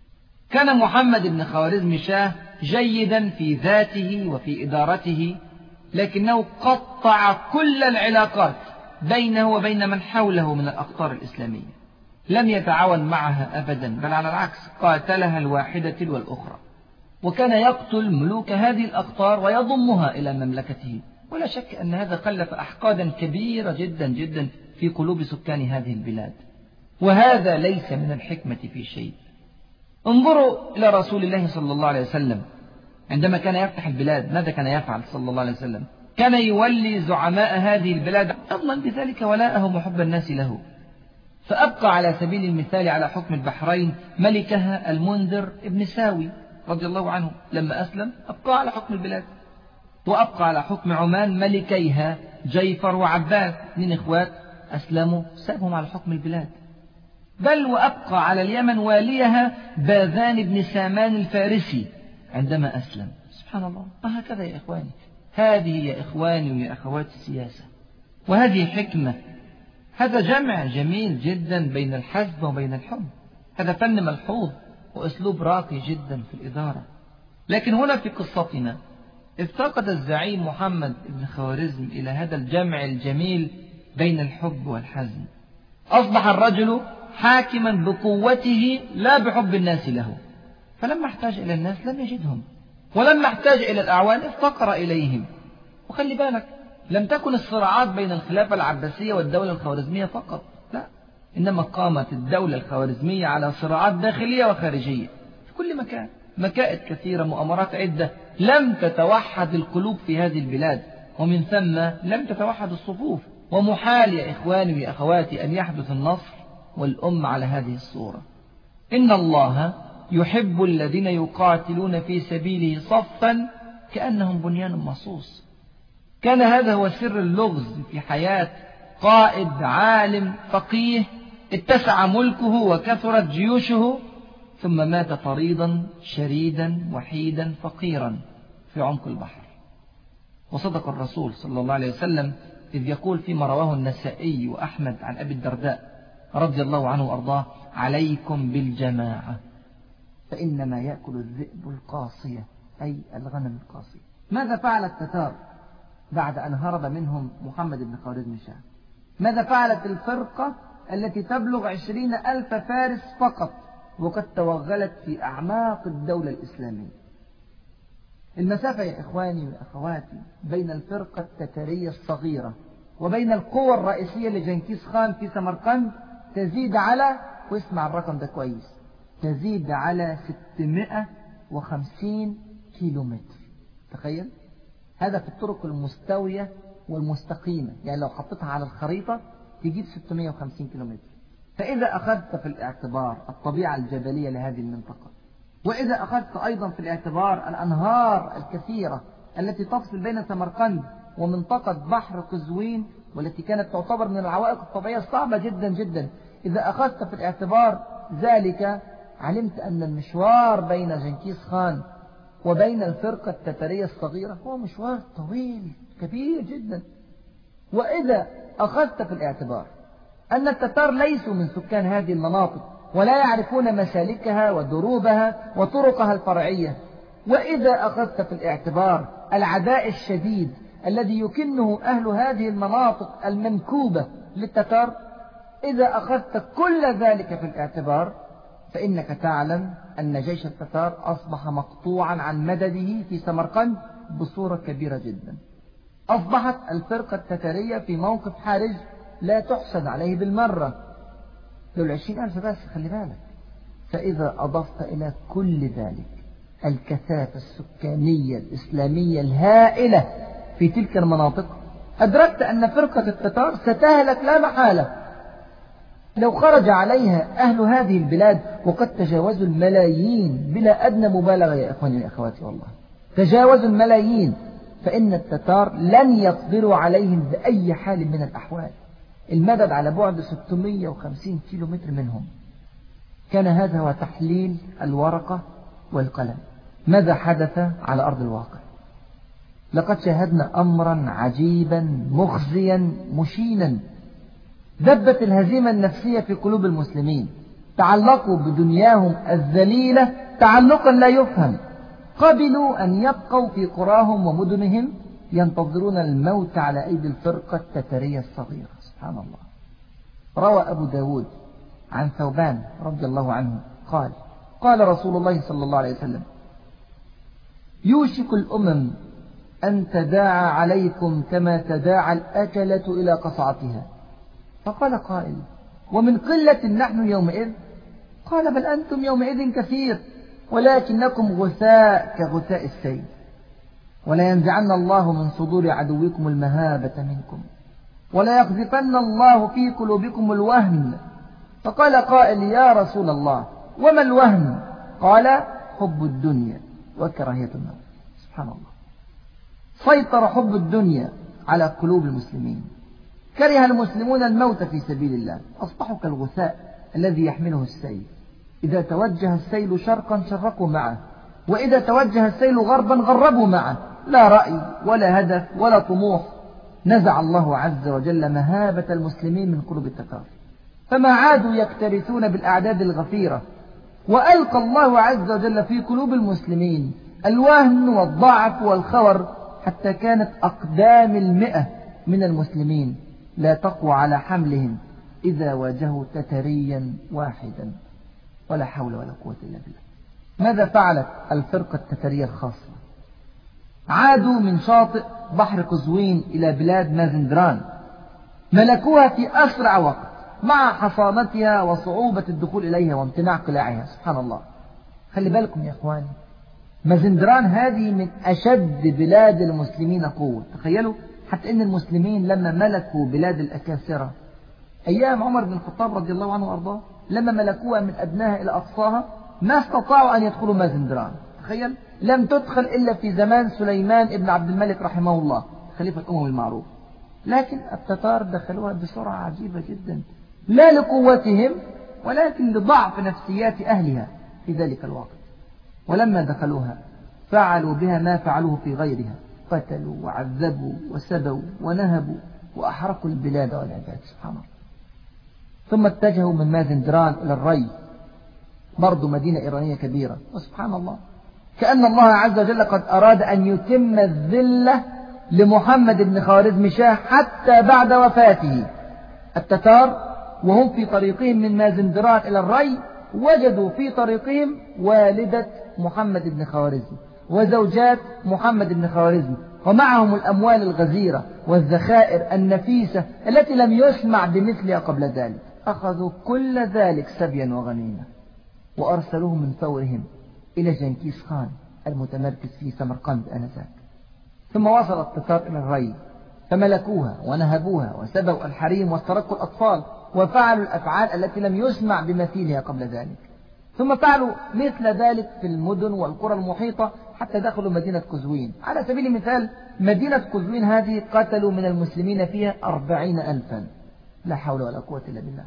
كان محمد بن خوارزم شاه جيدا في ذاته وفي إدارته، لكنه قطع كل العلاقات بينه وبين من حوله من الأقطار الإسلامية، لم يتعاون معها أبدا، بل على العكس قاتلها الواحدة تلو الأخرى، وكان يقتل ملوك هذه الأقطار ويضمها إلى مملكته. ولا شك أن هذا خلف أحقادا كبيرة جدا جدا في قلوب سكان هذه البلاد، وهذا ليس من الحكمة في شيء. انظروا إلى رسول الله صلى الله عليه وسلم عندما كان يفتح البلاد، ماذا كان يفعل صلى الله عليه وسلم؟ كان يولي زعماء هذه البلاد يضمن بذلك ولاءهم وحب الناس له. فأبقى على سبيل المثال على حكم البحرين ملكها المنذر ابن ساوي رضي الله عنه، لما أسلم أبقى على حكم البلاد. وأبقى على حكم عمان ملكيها جيفر وعباس، اثنين إخوات أسلموا سابهم على حكم البلاد. بل وأبقى على اليمن واليها باذان بن سامان الفارسي عندما أسلم. سبحان الله، هكذا يا إخواني، هذه يا إخواني ويا أخواتي السياسة، وهذه حكمة. هذا جمع جميل جدا بين الحزم وبين الحب، هذا فن ملحوظ وأسلوب راقي جدا في الإدارة. لكن هنا في قصتنا افتقد الزعيم محمد بن خوارزم إلى هذا الجمع الجميل بين الحب والحزم. أصبح الرجل حاكما بقوته لا بحب الناس له، فلما احتاج إلى الناس لم يجدهم، ولما احتاج إلى الأعوان افتقر إليهم. وخلي بالك، لم تكن الصراعات بين الخلافة العباسية والدولة الخوارزمية فقط، لا، إنما قامت الدولة الخوارزمية على صراعات داخلية وخارجية في كل مكان، مكائد كثيرة، مؤامرات عدة. لم تتوحد القلوب في هذه البلاد، ومن ثم لم تتوحد الصفوف. ومحال يا إخواني ويا أخواتي أن يحدث النصر والأمة على هذه الصورة. إن الله يحب الذين يقاتلون في سبيله صفا كأنهم بنيان مرصوص. كان هذا هو سر اللغز في حياة قائد عالم فقيه اتسع ملكه وكثرت جيوشه، ثم مات طريدا شريدا وحيدا فقيرا في عمق البحر. وصدق الرسول صلى الله عليه وسلم إذ يقول فيما رواه النسائي وأحمد عن أبي الدرداء رضي الله عنه وأرضاه: عليكم بالجماعة فإنما يأكل الذئب القاصية، أي الغنم القاصية. ماذا فعل التتار بعد أن هرب منهم محمد بن خوارزم شاه؟ ماذا فعلت الفرقة التي تبلغ 20,000 فارس فقط وقد توغلت في أعماق الدولة الإسلامية؟ المسافة يا إخواني وأخواتي بين الفرقة التتارية الصغيرة وبين القوة الرئيسية لجنكيز خان في سمرقند تزيد على، واسمع الرقم ده كويس، تزيد على 650 كيلومتر. تخيل، هذا في الطرق المستوية والمستقيمة، يعني لو حطيتها على الخريطة تجيب 650 كيلومتر. فإذا أخذت في الاعتبار الطبيعة الجبلية لهذه المنطقة، وإذا أخذت أيضا في الاعتبار الأنهار الكثيرة التي تفصل بين سمرقند ومنطقة بحر قزوين، والتي كانت تعتبر من العوائق الطبيعية الصعبة جدا جدا، إذا أخذت في الاعتبار ذلك علمت أن المشوار بين جنكيز خان وبين الفرقة التتارية الصغيرة هو مشوار طويل كبير جدا. وإذا أخذت في الاعتبار أن التتار ليسوا من سكان هذه المناطق ولا يعرفون مسالكها ودروبها وطرقها الفرعية، وإذا أخذت في الاعتبار العداء الشديد الذي يكنه أهل هذه المناطق المنكوبة للتتار، إذا أخذت كل ذلك في الاعتبار فإنك تعلم أن جيش التتار أصبح مقطوعا عن مدده في سمرقند بصورة كبيرة جدا. أصبحت الفرقة التتارية في موقف حرج لا تحسد عليه بالمرة، دول 20,000 بس، خلي بالك. فإذا أضفت إلى كل ذلك الكثافة السكانية الإسلامية الهائلة في تلك المناطق، أدركت أن فرقة التتار ستهلك لا محالة لو خرج عليها أهل هذه البلاد، وقد تجاوزوا الملايين بلا أدنى مبالغة يا إخواني وأخواتي، والله تجاوزوا الملايين، فإن التتار لن يقدروا عليهم بأي حال من الأحوال. المدد على بعد 650 كيلومتر منهم. كان هذا هو تحليل الورقة والقلم. ماذا حدث على أرض الواقع؟ لقد شاهدنا أمرا عجيبا مخزيا مشينا. دبت الهزيمة النفسية في قلوب المسلمين، تعلقوا بدنياهم الذليلة تعلقا لا يفهم، قبلوا أن يبقوا في قراهم ومدنهم ينتظرون الموت على أيدي الفرقة التترية الصغيرة. سبحان الله. روى أبو داود عن ثوبان رضي الله عنه قال: قال رسول الله صلى الله عليه وسلم: يوشك الأمم أن تداعى عليكم كما تداعى الأكلة إلى قصعتها. فقال قائل: ومن قلة نحن يومئذ؟ قال: بل أنتم يومئذ كثير، ولكنكم غثاء كغثاء السيل، ولا ينزعن الله من صدور عدوكم المهابة منكم، ولا يقذفن الله في قلوبكم الوهن. فقال قائل: يا رسول الله وما الوهن؟ قال: حب الدنيا وكراهية الموت. سبحان الله. سيطر حب الدنيا على قلوب المسلمين، كره المسلمون الموت في سبيل الله، أصبحوا كالغثاء الذي يحمله السيل، إذا توجه السيل شرقا شرقوا معه، وإذا توجه السيل غربا غربوا معه، لا رأي ولا هدف ولا طموح. نزع الله عز وجل مهابة المسلمين من قلوب التتار، فما عادوا يكترثون بالأعداد الغفيرة، وألقى الله عز وجل في قلوب المسلمين الوهن والضعف والخور، حتى كانت أقدام 100 من المسلمين لا تقوى على حملهم إذا واجهوا تتريا واحدا. ولا حول ولا قوة إلا بالله. ماذا فعلت الفرقة التترية الخاصة؟ عادوا من شاطئ بحر قزوين إلى بلاد مازندران، ملكوها في أسرع وقت مع حصانتها وصعوبة الدخول إليها وامتناع قلاعها. سبحان الله. خلي بالكم يا إخواني، مازندران هذه من أشد بلاد المسلمين قوة. تخيلوا حتى أن المسلمين لما ملكوا بلاد الأكاسرة أيام عمر بن الخطاب رضي الله عنه وأرضاه، لما ملكوها من أدناها إلى أقصاها، ما استطاعوا أن يدخلوا مازندران. تخيل، لم تدخل إلا في زمان سليمان ابن عبد الملك رحمه الله خليفة الأمم المعروف، لكن التتار دخلوها بسرعة عجيبة جدا، لا لقوتهم ولكن لضعف نفسيات أهلها في ذلك الوقت. ولما دخلوها فعلوا بها ما فعلوه في غيرها، قتلوا وعذبوا وسبوا ونهبوا وأحرقوا البلاد والعباد. سبحان الله. ثم اتجهوا من مازندران إلى الري، برضو مدينة إيرانية كبيرة. وسبحان الله، كأن الله عز وجل قد أراد أن يتم الذلة لمحمد بن خوارزم شاه حتى بعد وفاته. التتار وهم في طريقهم من مازندران إلى الري وجدوا في طريقهم والدة محمد بن خوارزم وزوجات محمد بن خوارزم، ومعهم الأموال الغزيرة والذخائر النفيسة التي لم يسمع بمثلها قبل ذلك. أخذوا كل ذلك سبيا وغنيمة وأرسلوه من فورهم إلى جنكيز خان المتمركز في سمرقند آنذاك. ثم وصل التتار إلى الري فملكوها ونهبوها وسبوا الحريم واسترقوا الأطفال وفعلوا الأفعال التي لم يسمع بمثيلها قبل ذلك. ثم فعلوا مثل ذلك في المدن والقرى المحيطة حتى دخلوا مدينة قزوين. على سبيل المثال مدينة قزوين هذه قتلوا من المسلمين فيها 40,000. لا حول ولا قوة إلا بالله.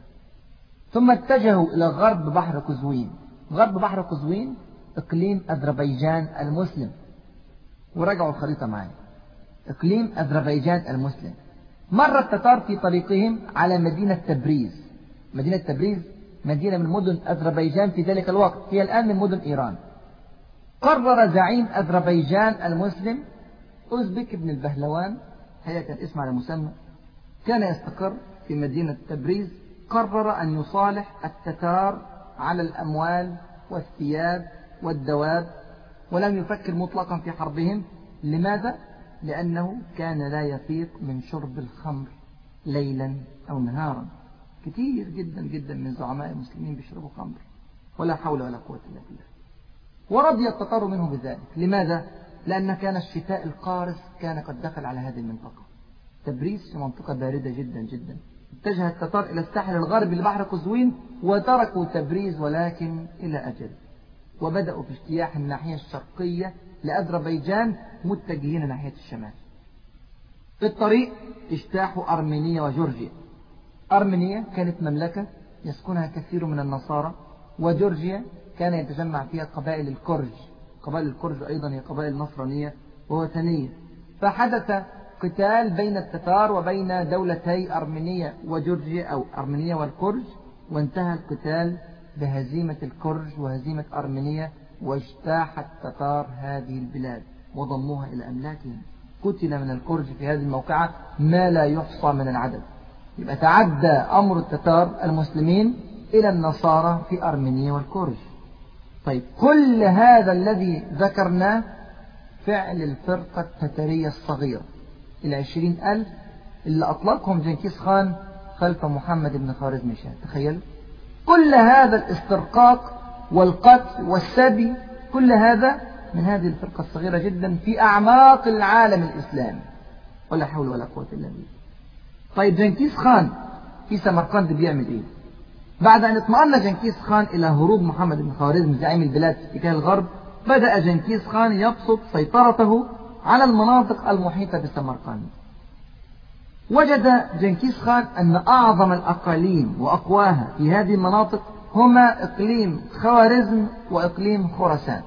ثم اتجهوا إلى غرب بحر قزوين. غرب بحر قزوين إقليم أذربيجان المسلم، ورجعوا الخريطة معي، إقليم أذربيجان المسلم. مر التتار في طريقهم على مدينة تبريز. مدينة تبريز مدينة من مدن أذربيجان في ذلك الوقت، هي الآن من مدن إيران. قرر زعيم أذربيجان المسلم أوزبك بن البهلوان، هي كان اسم على مسمى، كان يستقر في مدينة تبريز. قرر أن يصالح التتار على الأموال والثياب والدواب، ولم يفكر مطلقا في حربهم. لماذا؟ لأنه كان لا يفيق من شرب الخمر ليلا أو نهارا. كثير جدا جدا من زعماء المسلمين بيشربوا خمر، ولا حول ولا قوة إلا بالله. ورضي التتار منه بذلك. لماذا؟ لأن كان الشتاء القارس كان قد دخل على هذه المنطقة، تبريز في منطقة باردة جدا جدا. اتجه التتار إلى الساحل الغربي لبحر قزوين وتركوا تبريز ولكن إلى أجل، وبدأوا في اجتياح الناحية الشرقية لأذربيجان متجهين ناحية الشمال. في الطريق اجتاحوا أرمينيا وجورجيا. أرمينيا كانت مملكة يسكنها كثير من النصارى، وجورجيا كان يتجمع فيها قبائل الكرج. قبائل الكرج أيضا هي قبائل نصرانية ووثنية. فحدث قتال بين التتار وبين دولتي أرمينيا وجورجيا أو أرمينيا والكرج، وانتهى القتال بهزيمة الكرج وهزيمة أرمينيا، واجتاح التتار هذه البلاد وضموها إلى أملاكهم. قتل من الكرج في هذه الموقعة ما لا يحصى من العدد. يبقى تعدى أمر التتار المسلمين إلى النصارى في أرمينيا والكرج. طيب كل هذا الذي ذكرناه فعل الفرقة التتارية الصغيرة 20,000 اللي أطلقهم جنكيز خان خلف محمد بن خوارزمشاه. تخيل كل هذا الاسترقاق والقتل والسبي، كل هذا من هذه الفرقة الصغيرة جدا في أعماق العالم الإسلامي، ولا حول ولا قوة إلا بالله. طيب جنكيز خان في سمرقند بيعمل إيه؟ بعد أن اطمأن جنكيز خان إلى هروب محمد بن خوارزم زعيم البلاد في اتجاه الغرب، بدأ جنكيز خان يبسط سيطرته على المناطق المحيطة بسمرقند. وجد جنكيز خان أن أعظم الأقاليم وأقواها في هذه المناطق هما إقليم خوارزم وإقليم خراسان.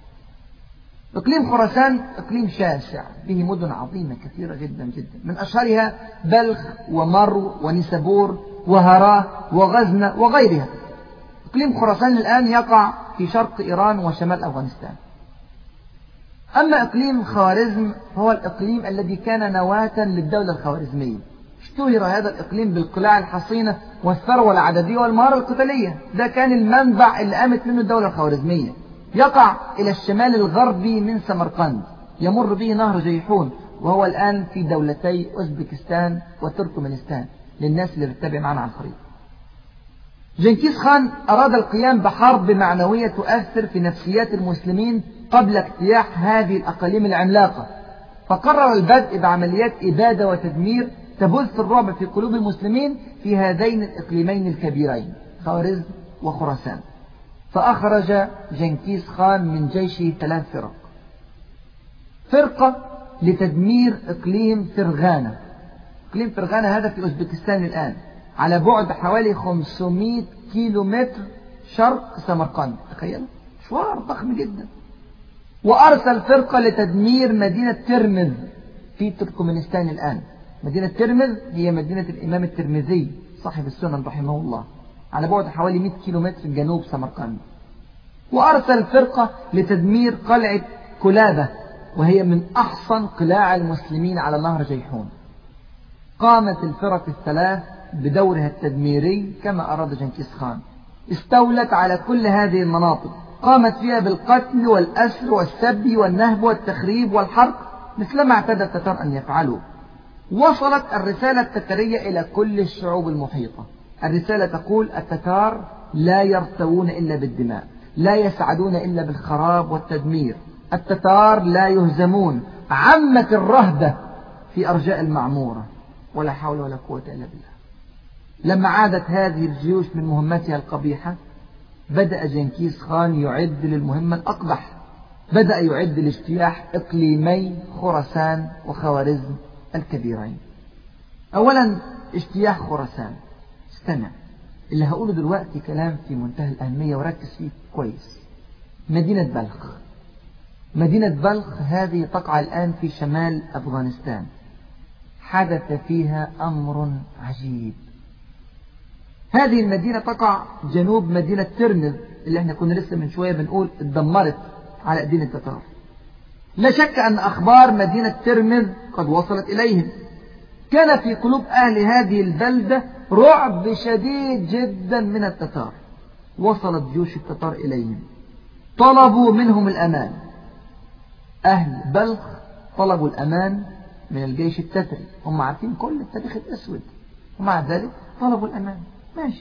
إقليم خراسان إقليم شاسع به مدن عظيمة كثيرة جدا جدا، من أشهرها بلخ ومرو ونيسابور وهراه وغزنة وغيرها. إقليم خراسان الآن يقع في شرق إيران وشمال أفغانستان. أما إقليم خوارزم هو الإقليم الذي كان نواة للدولة الخوارزمية. اشتهر هذا الإقليم بالقلاع الحصينة والثروة العددية والمهارة القتالية. ده كان المنبع اللي قامت منه الدولة الخوارزمية. يقع إلى الشمال الغربي من سمرقند، يمر به نهر جيحون، وهو الآن في دولتي أوزبكستان وتركمانستان للناس اللي بتتابع معنا على الخريطة. جنكيز خان أراد القيام بحرب معنوية تؤثر في نفسيات المسلمين قبل اجتياح هذه الأقاليم العملاقة، فقرر البدء بعمليات إبادة وتدمير تبث الرعب في قلوب المسلمين في هذين الإقليمين الكبيرين خوارزم وخراسان. فأخرج جنكيز خان من جيشه 3 فرق. فرقة لتدمير إقليم فرغانة. إقليم فرغانة هذا في أوزبكستان الآن، على بعد حوالي 500 كيلومتر شرق سمرقند. تخيل مشوار ضخم جدا. وأرسل فرقة لتدمير مدينة ترمذ في تركمانستان الآن. مدينة ترمذ هي مدينة الإمام الترمذي صاحب السنن رحمه الله، على بعد حوالي 100 كيلومتر جنوب سمرقند. وأرسل فرقة لتدمير قلعة كلابة، وهي من أحصن قلاع المسلمين على نهر جيحون. قامت الفرق الثلاث بدورها التدميري كما أراد جنكيز خان. استولت على كل هذه المناطق، قامت فيها بالقتل والأسر والسبي والنهب والتخريب والحرق مثلما اعتاد التتار أن يفعلوا. وصلت الرسالة التتارية إلى كل الشعوب المحيطة. الرسالة تقول: التتار لا يرتوون إلا بالدماء، لا يسعدون إلا بالخراب والتدمير، التتار لا يهزمون. عمت الرهبة في أرجاء المعمورة، ولا حول ولا قوة إلا بالله. لما عادت هذه الجيوش من مهمتها القبيحة، بدأ جنكيز خان يعد للمهمة الأقبح. بدأ يعد لاجتياح إقليمي خراسان وخوارزم الكبيرين. أولا اجتياح خراسان. استمع، اللي هقوله دلوقتي كلام في منتهى الأهمية وركز فيه كويس. مدينة بلخ. مدينة بلخ هذه تقع الآن في شمال أفغانستان. حدث فيها أمر عجيب. هذه المدينة تقع جنوب مدينة ترمذ اللي احنا كنا لسه من شوية بنقول اتدمرت على أيدين التتار. لا شك أن أخبار مدينة ترمذ قد وصلت إليهم. كان في قلوب أهل هذه البلدة رعب شديد جدا من التتار. وصلت جيوش التتار إليهم، طلبوا منهم الأمان. أهل بلخ طلبوا الأمان من الجيش التتري، هم عارفين كل التاريخ الأسود، ومع ذلك طلبوا الأمان. ماشي.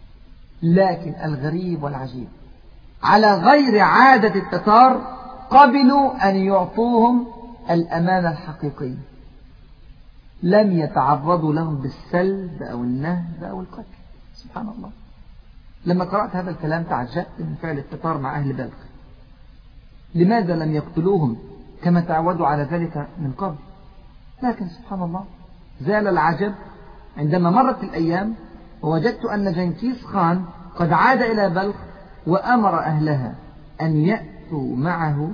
لكن الغريب والعجيب، على غير عادة التتار قبلوا أن يعطوهم الأمان الحقيقي. لم يتعرضوا لهم بالسلب أو النهب أو القتل. سبحان الله. لما قرأت هذا الكلام تعجبت من فعل التتار مع أهل بلخ. لماذا لم يقتلوهم كما تعودوا على ذلك من قبل؟ لكن سبحان الله زال العجب عندما مرت الأيام ووجدت أن جنكيز خان قد عاد إلى بلخ وأمر أهلها أن يأتوا معه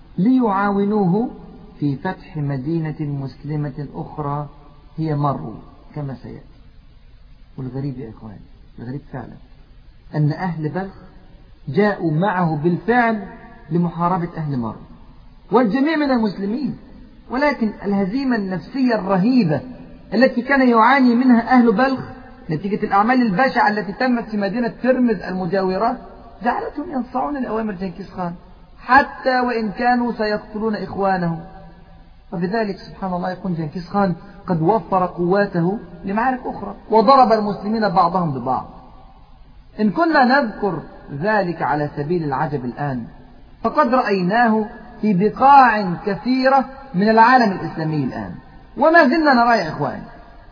ليعاونوه في فتح مدينة مسلمة أخرى هي مرو كما سيأتي. والغريب يا إخواني، الغريب فعلا أن أهل بلخ جاءوا معه بالفعل لمحاربة أهل مرو والجميع من المسلمين، ولكن الهزيمة النفسية الرهيبة التي كان يعاني منها أهل بلخ نتيجة الأعمال البشعة التي تمت في مدينة ترمذ المجاورة جعلتهم ينصعون لأوامر جنكيز خان حتى وإن كانوا سيقتلون إخوانه. وبذلك سبحان الله يكون جنكيز خان قد وفر قواته لمعارك أخرى وضرب المسلمين بعضهم ببعض. إن كنا نذكر ذلك على سبيل العجب الآن فقد رأيناه في بقاع كثيرة من العالم الإسلامي الآن وما زلنا نرى يا إخواني.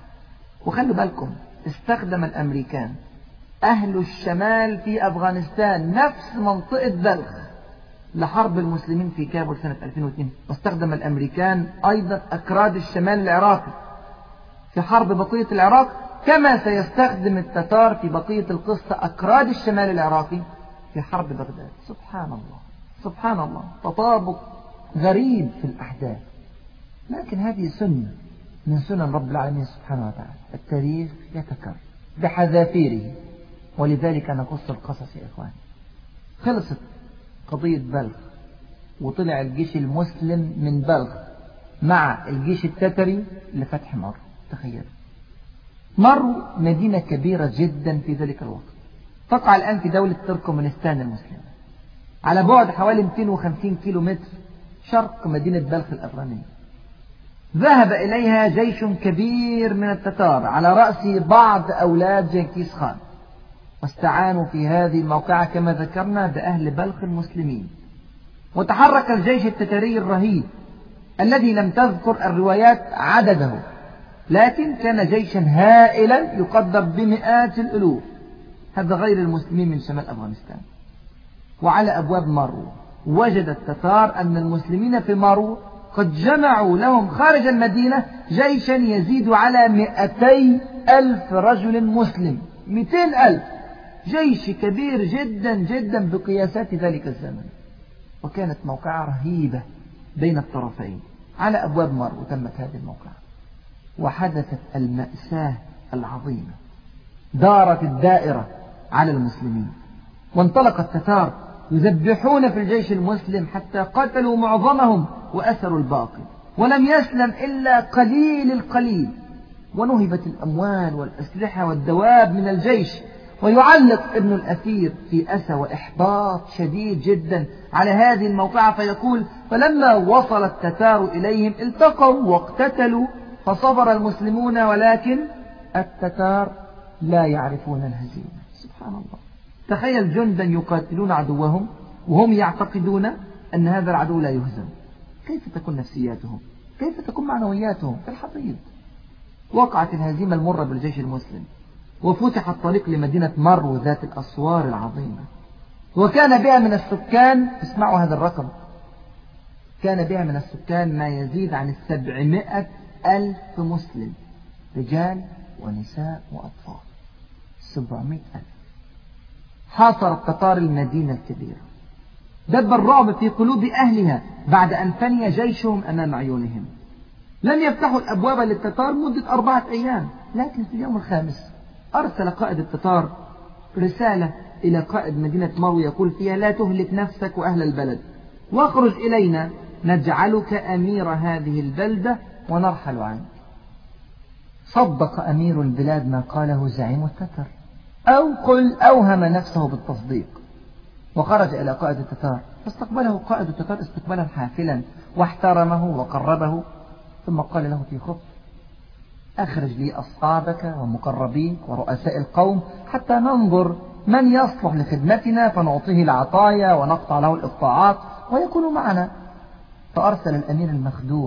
وخلوا بالكم استخدم الأمريكان أهل الشمال في أفغانستان نفس منطقة بلخ لحرب المسلمين في كابول سنة 2002، واستخدم الأمريكان أيضا أكراد الشمال العراقي في حرب بقية العراق، كما سيستخدم التتار في بقية القصة أكراد الشمال العراقي في حرب بغداد. سبحان الله سبحان الله، تطابق غريب في الأحداث، لكن هذه سنة من سنن رب العالمين سبحانه وتعالى. التاريخ يتكرر بحذافيره، ولذلك نقص القصص يا إخواني. خلصت قضية بلخ وطلع الجيش المسلم من بلخ مع الجيش التتري لفتح مرو. تخيل، مرو مدينة كبيرة جدا في ذلك الوقت، تقع الآن في دولة تركمانستان المسلمة على بعد حوالي 250 كيلو متر شرق مدينة بلخ الأفغانية. ذهب إليها جيش كبير من التتار على رأس بعض أولاد جنكيز خان، واستعانوا في هذه الموقعة كما ذكرنا بأهل بلخ المسلمين. وتحرك الجيش التتري الرهيب الذي لم تذكر الروايات عدده، لكن كان جيشا هائلا يقدر بمئات الألوف، هذا غير المسلمين من شمال أفغانستان. وعلى أبواب مرو وجد التتار أن المسلمين في مرو قد جمعوا لهم خارج المدينة جيشا يزيد على 200,000 رجل مسلم. 200,000، جيش كبير جدا جدا بقياسات ذلك الزمن. وكانت موقعة رهيبة بين الطرفين على أبواب مرو. تمت هذه الموقعة وحدثت المأساة العظيمة، دارت الدائرة على المسلمين، وانطلق التتار يذبحون في الجيش المسلم حتى قتلوا معظمهم وأسروا الباقي، ولم يسلم إلا قليل القليل، ونهبت الأموال والأسلحة والدواب من الجيش. ويعلق ابن الأثير في أسى وإحباط شديد جدا على هذه الموقعة فيقول: فلما وصل التتار إليهم التقوا واقتتلوا فصبر المسلمون، ولكن التتار لا يعرفون الهزيمة. سبحان الله، تخيل جندا يقاتلون عدوهم وهم يعتقدون أن هذا العدو لا يهزم. كيف تكون نفسياتهم؟ كيف تكون معنوياتهم؟ في الحضيض. وقعت الهزيمة المرة بالجيش المسلم، وفتح الطريق لمدينة مرو ذات الأسوار العظيمة، وكان بها من السكان، اسمعوا هذا الرقم، كان بها من السكان ما يزيد عن 700,000 مسلم، رجال ونساء وأطفال. 700,000. حاصر التتار المدينة الكبيرة، دب الرعب في قلوب أهلها بعد أن فني جيشهم أمام عيونهم. لم يفتحوا الأبواب للتتار مدة 4 أيام، لكن في اليوم الخامس أرسل قائد التتار رسالة إلى قائد مدينة مرو يقول فيها: لا تهلك نفسك وأهل البلد، واخرج إلينا نجعلك أمير هذه البلدة ونرحل عنك. صدق أمير البلاد ما قاله زعيم التتر، أو قل أوهم نفسه بالتصديق، وخرج إلى قائد التتار، فاستقبله قائد التتار استقبالا حافلا واحترمه وقربه، ثم قال له في خطبة: أخرج لي أصحابك ومقربيك ورؤساء القوم حتى ننظر من يصلح لخدمتنا فنعطيه العطايا ونقطع له الإقطاعات ويكون معنا. فأرسل الأمير المخدوع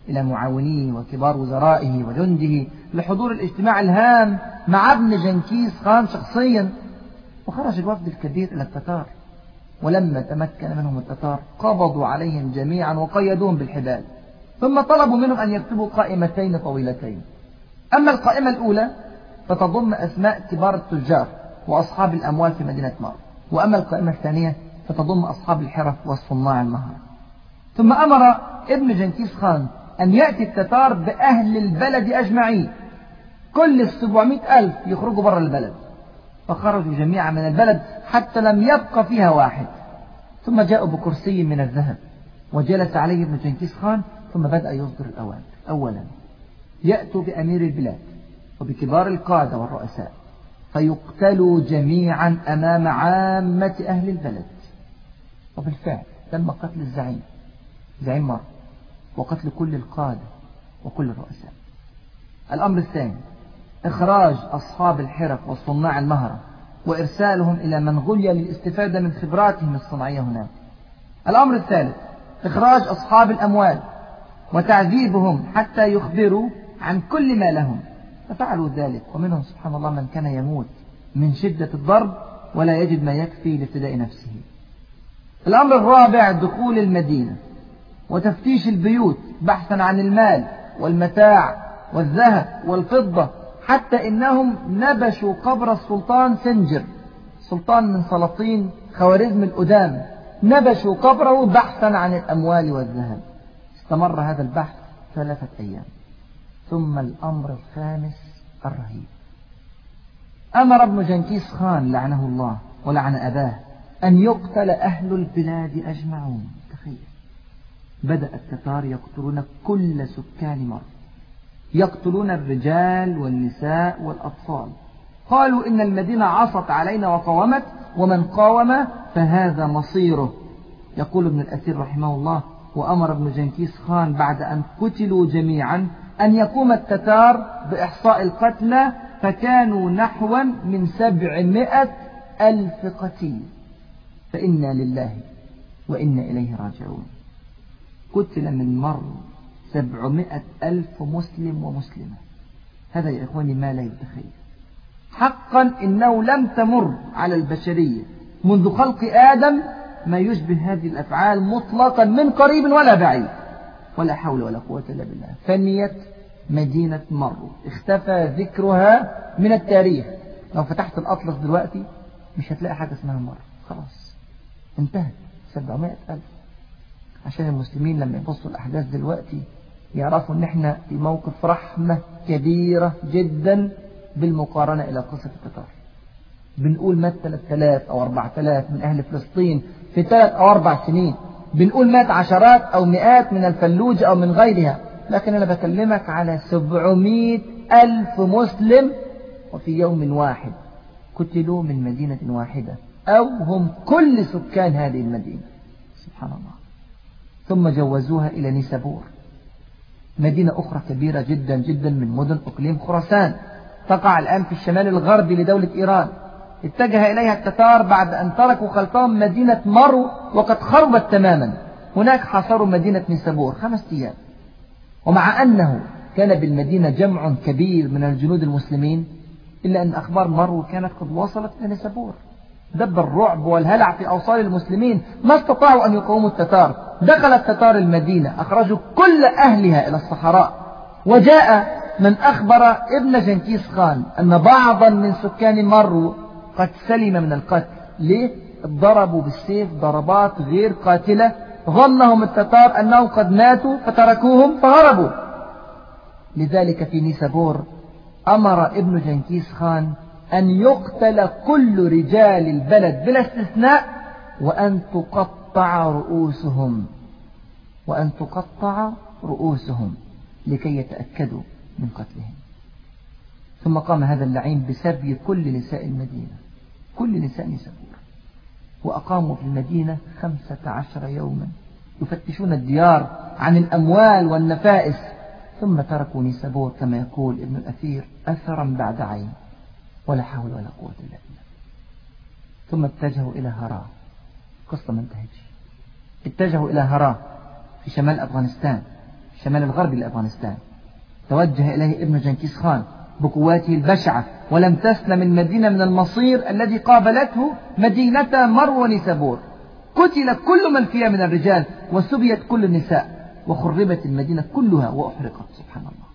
إلى معاونيه وكبار وزرائه وجنده لحضور الاجتماع الهام مع ابن جنكيز خان شخصيا. وخرج الوفد الكبير إلى التتار، ولما تمكن منهم التتار قبضوا عليهم جميعا وقيدوهم بالحبال، ثم طلبوا منهم أن يكتبوا قائمتين طويلتين. أما القائمة الأولى فتضم أسماء كبار التجار وأصحاب الأموال في مدينة مار، وأما القائمة الثانية فتضم أصحاب الحرف والصناع المهر. ثم أمر ابن جنكيز خان أن يأتي التتار بأهل البلد أجمعين، كل 700,000 يخرجوا برا البلد، فخرجوا جميعا من البلد حتى لم يبق فيها واحد. ثم جاءوا بكرسي من الذهب وجلس عليه ابن جنكيز خان، ثم بدأ يصدر الأوامر. أولا يأتوا بأمير البلاد وبكبار القادة والرؤساء فيقتلوا جميعا أمام عامة أهل البلد. وبالفعل تم قتل الزعيم زعيم مار وقتل كل القادة وكل الرؤساء. الأمر الثاني إخراج أصحاب الحرف والصناع المهرة وإرسالهم إلى منغوليا للاستفادة من خبراتهم الصناعية هناك. الأمر الثالث إخراج أصحاب الأموال وتعذيبهم حتى يخبروا عن كل ما لهم، ففعلوا ذلك، ومنهم سبحان الله من كان يموت من شدة الضرب ولا يجد ما يكفي لافتداء نفسه. الأمر الرابع دخول المدينة وتفتيش البيوت بحثا عن المال والمتاع والذهب والفضة، حتى إنهم نبشوا قبر السلطان سنجر، سلطان من سلاطين خوارزم القدام، نبشوا قبره بحثا عن الأموال والذهب. استمر هذا البحث 3 أيام. ثم الأمر الخامس الرهيب، أمر ابن جنكيز خان لعنه الله ولعن أباه أن يقتل أهل البلاد أجمعون. تخيل، بدأ التتار يقتلون كل سكان مر، يقتلون الرجال والنساء والأطفال. قالوا إن المدينة عصت علينا وقاومت، ومن قاوم فهذا مصيره. يقول ابن الأثير رحمه الله: وأمر ابن جنكيز خان بعد أن قتلوا جميعا أن يقوم التتار بإحصاء القتلى، فكانوا نحوا من 700,000 قتيل. فإنا لله وإنا إليه راجعون. قتل من مر 700,000 مسلم ومسلمة. هذا يا إخواني ما لا يتخيل. حقا إنه لم تمر على البشرية منذ خلق آدم ما يشبه هذه الأفعال مطلقا من قريب ولا بعيد، ولا حول ولا قوة إلا بالله. فنيت مدينة مرو، اختفى ذكرها من التاريخ. لو فتحت الأطلس دلوقتي مش هتلاقي حاجة اسمها مرو، خلاص انتهت. 700,000. عشان المسلمين لما يبصوا الأحداث دلوقتي يعرفوا ان احنا في موقف رحمة كبيرة جدا بالمقارنة إلى قصة التتار. بنقول مات 3000 أو 4000 من أهل فلسطين في 3 أو 4 سنين، بنقول مات عشرات أو مئات من الفلوج أو من غيرها، لكن أنا بكلمك على 700,000 مسلم وفي يوم واحد قتلوا من مدينة واحدة، أو هم كل سكان هذه المدينة. سبحان الله. ثم جوزوها إلى نيسابور، مدينة أخرى كبيرة جدا جدا من مدن إقليم خراسان، تقع الآن في الشمال الغربي لدولة إيران. اتجه إليها التتار بعد أن تركوا خلفهم مدينة مرو وقد خربت تماما. هناك حاصروا مدينة نيسابور 5 أيام. ومع أنه كان بالمدينة جمع كبير من الجنود المسلمين، إلا أن أخبار مرو كانت قد وصلت إلى نيسابور. دب الرعب والهلع في أوصال المسلمين، ما استطاعوا أن يقاوموا التتار. دخل التتار المدينة، أخرجوا كل أهلها إلى الصحراء. وجاء من أخبر ابن جنكيز خان أن بعضا من سكان مرو قد سلم من القتل. ليه؟ ضربوا بالسيف ضربات غير قاتلة، ظنهم التتار أنهم قد ماتوا فتركوهم فهربوا. لذلك في نيسابور أمر ابن جنكيز خان أن يقتل كل رجال البلد بلا استثناء، وأن تقطع رؤوسهم لكي يتأكدوا من قتلهم. ثم قام هذا اللعين بسبي كل نساء المدينة، كل نساء نيسابور، وأقاموا في المدينة 15 يوما يفتشون الديار عن الأموال والنفائس. ثم تركوا نيسابور كما يقول ابن الأثير أثرا بعد عين، ولا حول ولا قوة إلا بالله. ثم اتجهوا إلى هراء. قصة ما انتهتش. اتجهوا إلى هراء في شمال أفغانستان، الشمال الغربي لأفغانستان. توجه إليه ابن جنكيز خان بقواته البشعة، ولم تسلم المدينة من المصير الذي قابلته مدينة مرو ونيسابور. قتل كل من فيها من الرجال وسبيت كل النساء وخربت المدينة كلها وأحرقت. سبحان الله.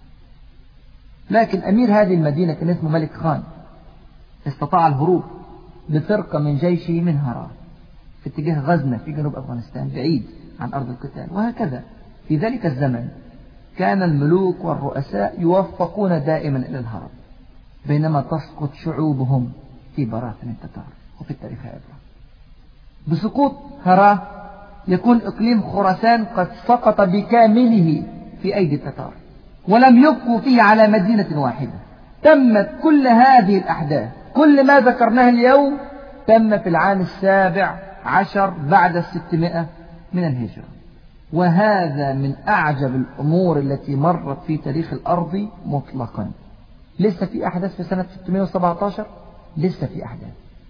لكن أمير هذه المدينة كان اسمه ملك خان، استطاع الهروب بفرقة من جيشه من هرات في اتجاه غزنة في جنوب أفغانستان بعيد عن أرض القتال. وهكذا في ذلك الزمن كان الملوك والرؤساء يوفقون دائما إلى الهرب، بينما تسقط شعوبهم في براثن التتار. وفي التاريخ عبرة. بسقوط هراه يكون إقليم خراسان قد سقط بكامله في أيدي التتار، ولم يبقوا فيه على مدينة واحدة. تمت كل هذه الأحداث، كل ما ذكرناه اليوم تم في العام 17 بعد 600 من الهجرة. وهذا من أعجب الأمور التي مرت في تاريخ الأرض مطلقا. لسه في أحداث في سنة 617، لسه في أحداث،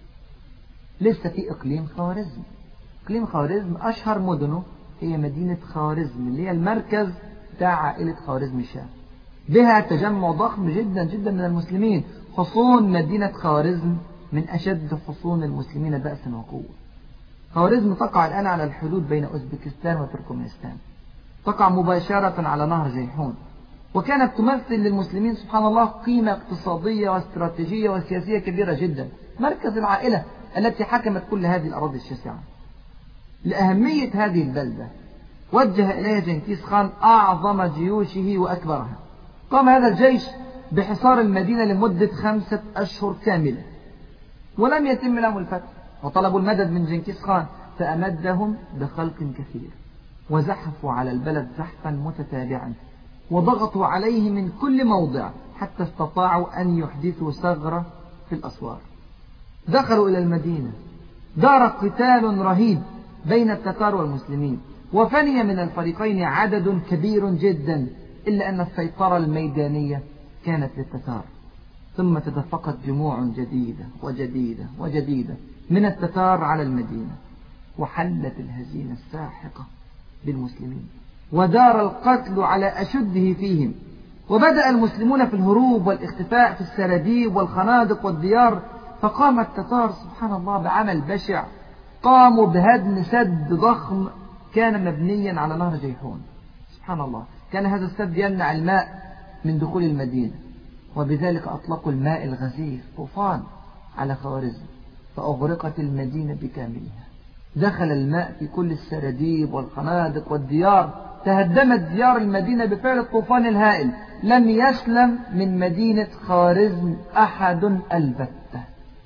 لسه في إقليم خوارزم. إقليم خوارزم أشهر مدنه هي مدينة خوارزم اللي هي المركز بتاع عائلة خوارزم الشاه، بها تجمع ضخم جدا جدا من المسلمين. حصون مدينة خوارزم من أشد حصون المسلمين بأسا وقوة. خوارزم تقع الآن على الحدود بين أوزبكستان وتركمانستان، تقع مباشرة على نهر جيحون، وكانت تمثل للمسلمين سبحان الله قيمة اقتصادية واستراتيجية وسياسية كبيرة جدا، مركز العائلة التي حكمت كل هذه الأراضي الشاسعة. لأهمية هذه البلدة وجه إليها جنكيز خان أعظم جيوشه وأكبرها. قام هذا الجيش بحصار المدينة لمدة 5 أشهر كاملة، ولم يتم لهم الفتح، وطلبوا المدد من جنكيز خان فأمدهم بخلق كثير، وزحفوا على البلد زحفا متتابعا، وضغطوا عليه من كل موضع حتى استطاعوا أن يحدثوا ثغرة في الأسوار. دخلوا إلى المدينة، دار قتال رهيب بين التتار والمسلمين، وفني من الفريقين عدد كبير جدا، إلا أن السيطرة الميدانية كانت للتتار. ثم تدفقت جموع جديدة وجديدة وجديدة من التتار على المدينة، وحلت الهزيمة الساحقة بالمسلمين، ودار القتل على أشده فيهم. وبدأ المسلمون في الهروب والاختفاء في السراديب والخنادق والديار. فقام التتار سبحان الله بعمل بشع، قاموا بهدم سد ضخم كان مبنيا على نهر جيحون. سبحان الله، كان هذا السد يمنع الماء من دخول المدينة، وبذلك أطلقوا الماء الغزير طوفان على خوارزم، فأغرقت المدينة بكاملها. دخل الماء في كل السراديب والخنادق والديار، تهدمت ديار المدينة بفعل الطوفان الهائل. لم يسلم من مدينة خوارزم أحد البتة.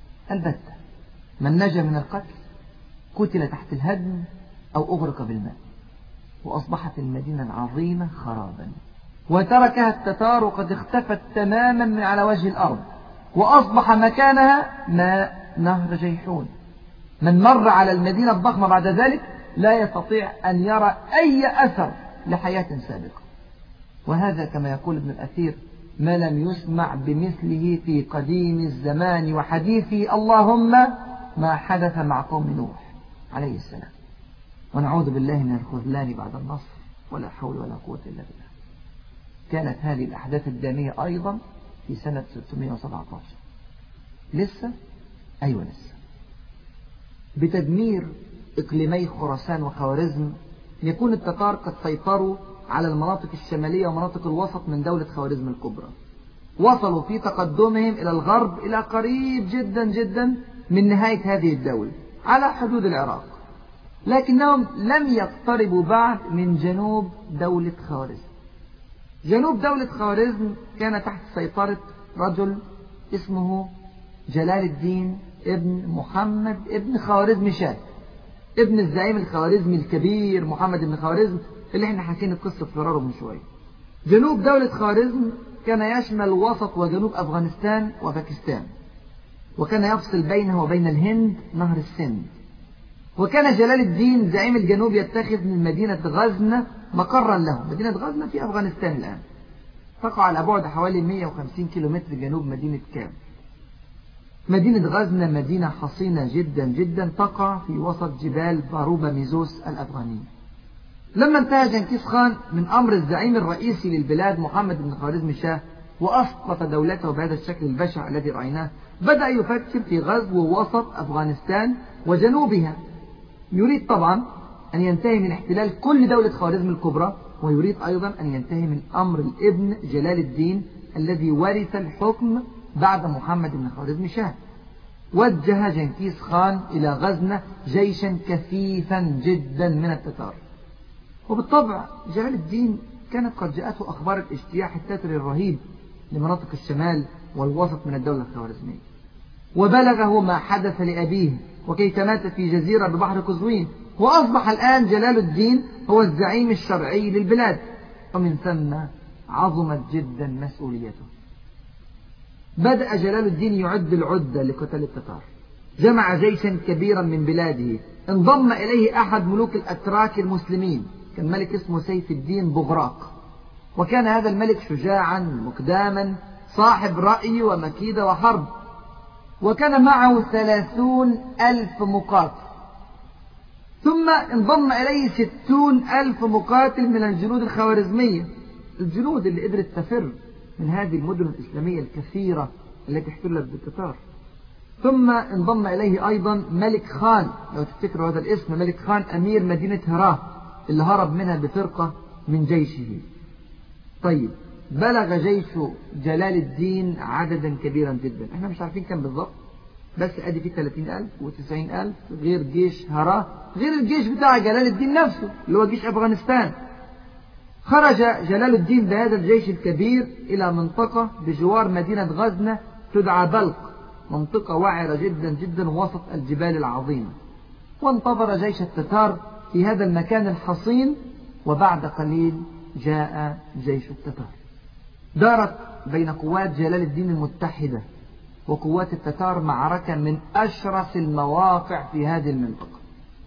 من نجا من القتل قتل تحت الهدم أو أغرق بالماء، وأصبحت المدينة العظيمة خرابا، وتركها التتار قد اختفت تماما من على وجه الأرض، وأصبح مكانها ماء نهر جيحون. من مر على المدينة الضخمة بعد ذلك لا يستطيع أن يرى أي أثر لحياة سابقة. وهذا كما يقول ابن الأثير ما لم يسمع بمثله في قديم الزمان وحديثه، اللهم ما حدث مع قوم نوح عليه السلام. ونعوذ بالله من الخذلان بعد النصر، ولا حول ولا قوة إلا بالله. كانت هذه الأحداث الدامية أيضا في سنة 617. لسه أيوة لسه. بتدمير إقليمي خراسان وخوارزم يكون التتار قد سيطروا على المناطق الشمالية ومناطق الوسط من دولة خوارزم الكبرى. وصلوا في تقدمهم إلى الغرب إلى قريب جدا جدا من نهاية هذه الدولة على حدود العراق، لكنهم لم يقتربوا بعد من جنوب دولة خوارزم. جنوب دولة خوارزم كان تحت سيطرة رجل اسمه جلال الدين ابن محمد ابن خوارزم شاه، ابن الزعيم الخوارزمي الكبير محمد بن خوارزم اللي احنا حكينا قصة فراره من شوية. جنوب دولة خوارزم كان يشمل وسط وجنوب أفغانستان وباكستان، وكان يفصل بينه وبين الهند نهر السند. وكان جلال الدين زعيم الجنوب يتخذ من مدينة غزنة مقرا له. مدينة غزنة في أفغانستان الآن، تقع على بعد حوالي 150 كيلومتر جنوب مدينة كام. مدينة غزنة مدينة حصينة جدا جدا، تقع في وسط جبال باروبا ميزوس الأفغانية. لما انتهى جنكيز خان من أمر الزعيم الرئيسي للبلاد محمد بن خوارزمشاه وأسقط دولته بهذا الشكل البشع الذي رأيناه، بدأ يفكر في غزو وسط أفغانستان وجنوبها. يريد طبعا أن ينتهي من احتلال كل دولة خوارزم الكبرى، ويريد أيضا أن ينتهي من أمر الابن جلال الدين الذي ورث الحكم بعد محمد بن خوارزمشاه. وجه جنكيز خان إلى غزنة جيشا كثيفا جدا من التتار. وبالطبع جلال الدين كانت قد جاءته أخبار الاجتياح التتري الرهيب لمناطق الشمال والوسط من الدولة الخوارزمية، وبلغه ما حدث لأبيه وكيف مات في جزيرة ببحر قزوين، وأصبح الآن جلال الدين هو الزعيم الشرعي للبلاد، ومن ثم عظمت جدا مسؤوليته. بدأ جلال الدين يعد العدة لقتال التتار، جمع جيشا كبيرا من بلاده، انضم إليه أحد ملوك الأتراك المسلمين، كان ملك اسمه سيف الدين بغراق، وكان هذا الملك شجاعا مقداما صاحب رأي ومكيدة وحرب، وكان معه 30,000 مقاتل، ثم انضم إليه 60,000 مقاتل من الجنود الخوارزمية، الجنود اللي قدرت تفر من هذه المدن الإسلامية الكثيرة التي احتلت بالتتار. ثم انضم إليه أيضا ملك خان، لو تفتكروا هذا الاسم، ملك خان أمير مدينة هراه اللي هرب منها بفرقة من جيشه. طيب، بلغ جيش جلال الدين عددا كبيرا جدا، احنا مش عارفين كم بالضبط، بس ادي فيه 30,000 و90,000 غير جيش هراه، غير الجيش بتاع جلال الدين نفسه اللي هو جيش أفغانستان. خرج جلال الدين بهذا الجيش الكبير إلى منطقة بجوار مدينة غزنة تدعى بلق، منطقة وعرة جدا جدا وسط الجبال العظيمة، وانتظر جيش التتار في هذا المكان الحصين. وبعد قليل جاء جيش التتار. دارت بين قوات جلال الدين المتحدة وقوات التتار معركة من أشرس المواقع في هذه المنطقة،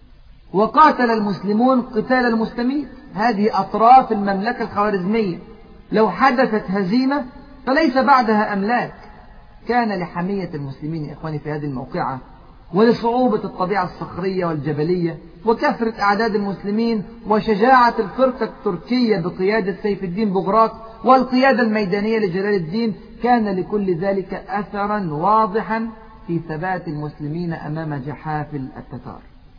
وقاتل المسلمون قتال المستميت، هذه أطراف المملكة الخوارزمية، لو حدثت هزيمة فليس بعدها أملاك. كان لحمية المسلمين يا إخواني في هذه الموقعة، ولصعوبة الطبيعة الصخرية والجبلية، وكثرة أعداد المسلمين، وشجاعة الفرقة التركية بقيادة سيف الدين بغراق، والقيادة الميدانية لجلال الدين، كان لكل ذلك أثرا واضحا في ثبات المسلمين أمام جحافل التتار.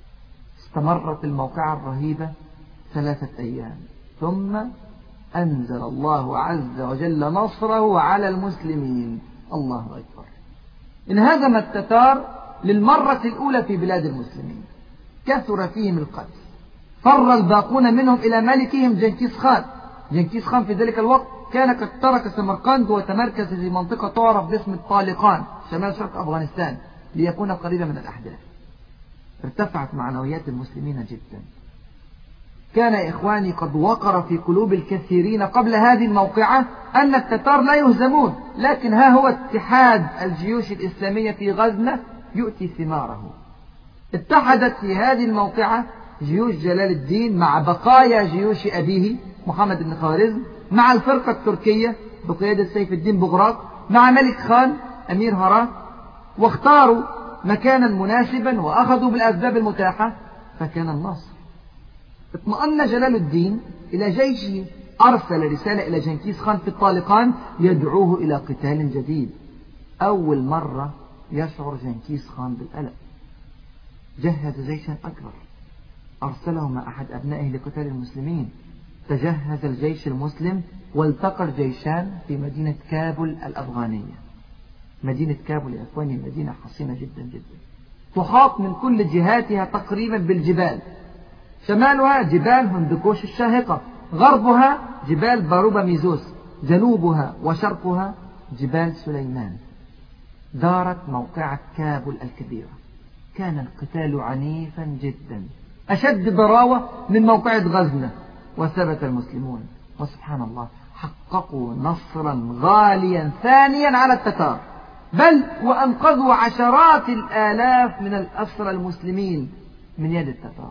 استمرت الموقعة الرهيبة 3 أيام، ثم أنزل الله عز وجل نصره على المسلمين. الله أكبر. انهزم التتار للمرة الأولى في بلاد المسلمين، كثر فيهم القتل، فر الباقون منهم إلى ملكهم جنكيز خان. جنكيز خان في ذلك الوقت كان قد ترك سمرقند وتمركز في منطقة تعرف باسم الطالقان شمال شرق أفغانستان ليكون قريبا من الأحداث. ارتفعت معنويات المسلمين جدا. كان يا إخواني قد وقر في قلوب الكثيرين قبل هذه الموقعة أن التتار لا يهزمون، لكن ها هو اتحاد الجيوش الإسلامية في غزنة يؤتي ثماره. اتحدت في هذه الموقعة جيوش جلال الدين مع بقايا جيوش أبيه محمد بن خوارزم، مع الفرقة التركية بقيادة سيف الدين بغراق، مع ملك خان أمير هراه، واختاروا مكانا مناسبا وأخذوا بالأسباب المتاحة فكان النصر. اطمأن جلال الدين إلى جيشه، أرسل رسالة إلى جنكيز خان في الطالقان يدعوه إلى قتال جديد. أول مرة يشعر جنكيز خان بالقلق، جهز جيشا أكبر أرسله مع أحد أبنائه لقتال المسلمين. تجهز الجيش المسلم والتقى الجيشان في مدينة كابل الأفغانية. مدينة كابل يا أخواني مدينة حصينة جدا جدا، تحاط من كل جهاتها تقريبا بالجبال، شمالها جبال هندوكوش الشاهقة، غربها جبال باروبا ميزوس، جنوبها وشرقها جبال سليمان. دارت موقعة كابل الكبيرة، كان القتال عنيفا جدا، أشد ضراوة من موقعة غزنة، وثبت المسلمون وسبحان الله حققوا نصرا غاليا ثانيا على التتار، بل وأنقذوا عشرات الآلاف من الأسرى المسلمين من يد التتار.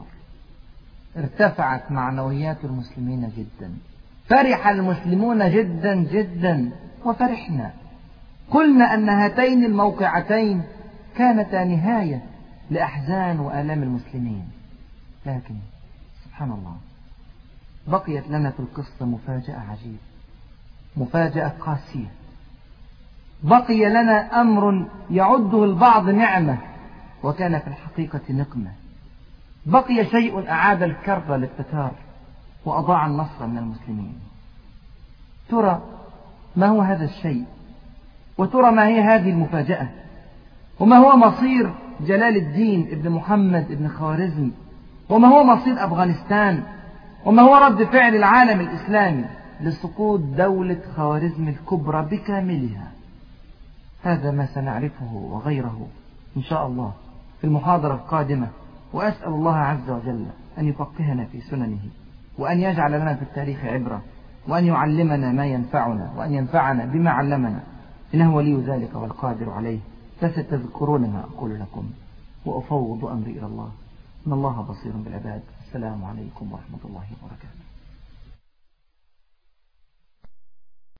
ارتفعت معنويات المسلمين جدا، فرح المسلمون جدا جدا وفرحنا. قلنا أن هاتين الموقعتين كانتا نهاية لأحزان وآلام المسلمين، لكن سبحان الله بقيت لنا في القصة مفاجأة عجيبة، مفاجأة قاسية. بقي لنا أمر يعده البعض نعمة وكان في الحقيقة نقمة. بقي شيء أعاد الكرب للتتار وأضاع النصر من المسلمين. ترى ما هو هذا الشيء؟ وترى ما هي هذه المفاجأة؟ وما هو مصير جلال الدين ابن محمد ابن خوارزم؟ وما هو مصير أفغانستان؟ وما هو رد فعل العالم الإسلامي لسقوط دولة خوارزم الكبرى بكاملها؟ هذا ما سنعرفه وغيره إن شاء الله في المحاضرة القادمة، وأسأل الله عز وجل أن يفقهنا في سننه، وأن يجعل لنا في التاريخ عبرة، وأن يعلمنا ما ينفعنا، وأن ينفعنا بما علمنا، إنه ولي ذلك والقادر عليه. فستذكرون ما أقول لكم وأفوض أمري إلى الله، إن الله بصير بالعباد. السلام عليكم ورحمة الله وبركاته.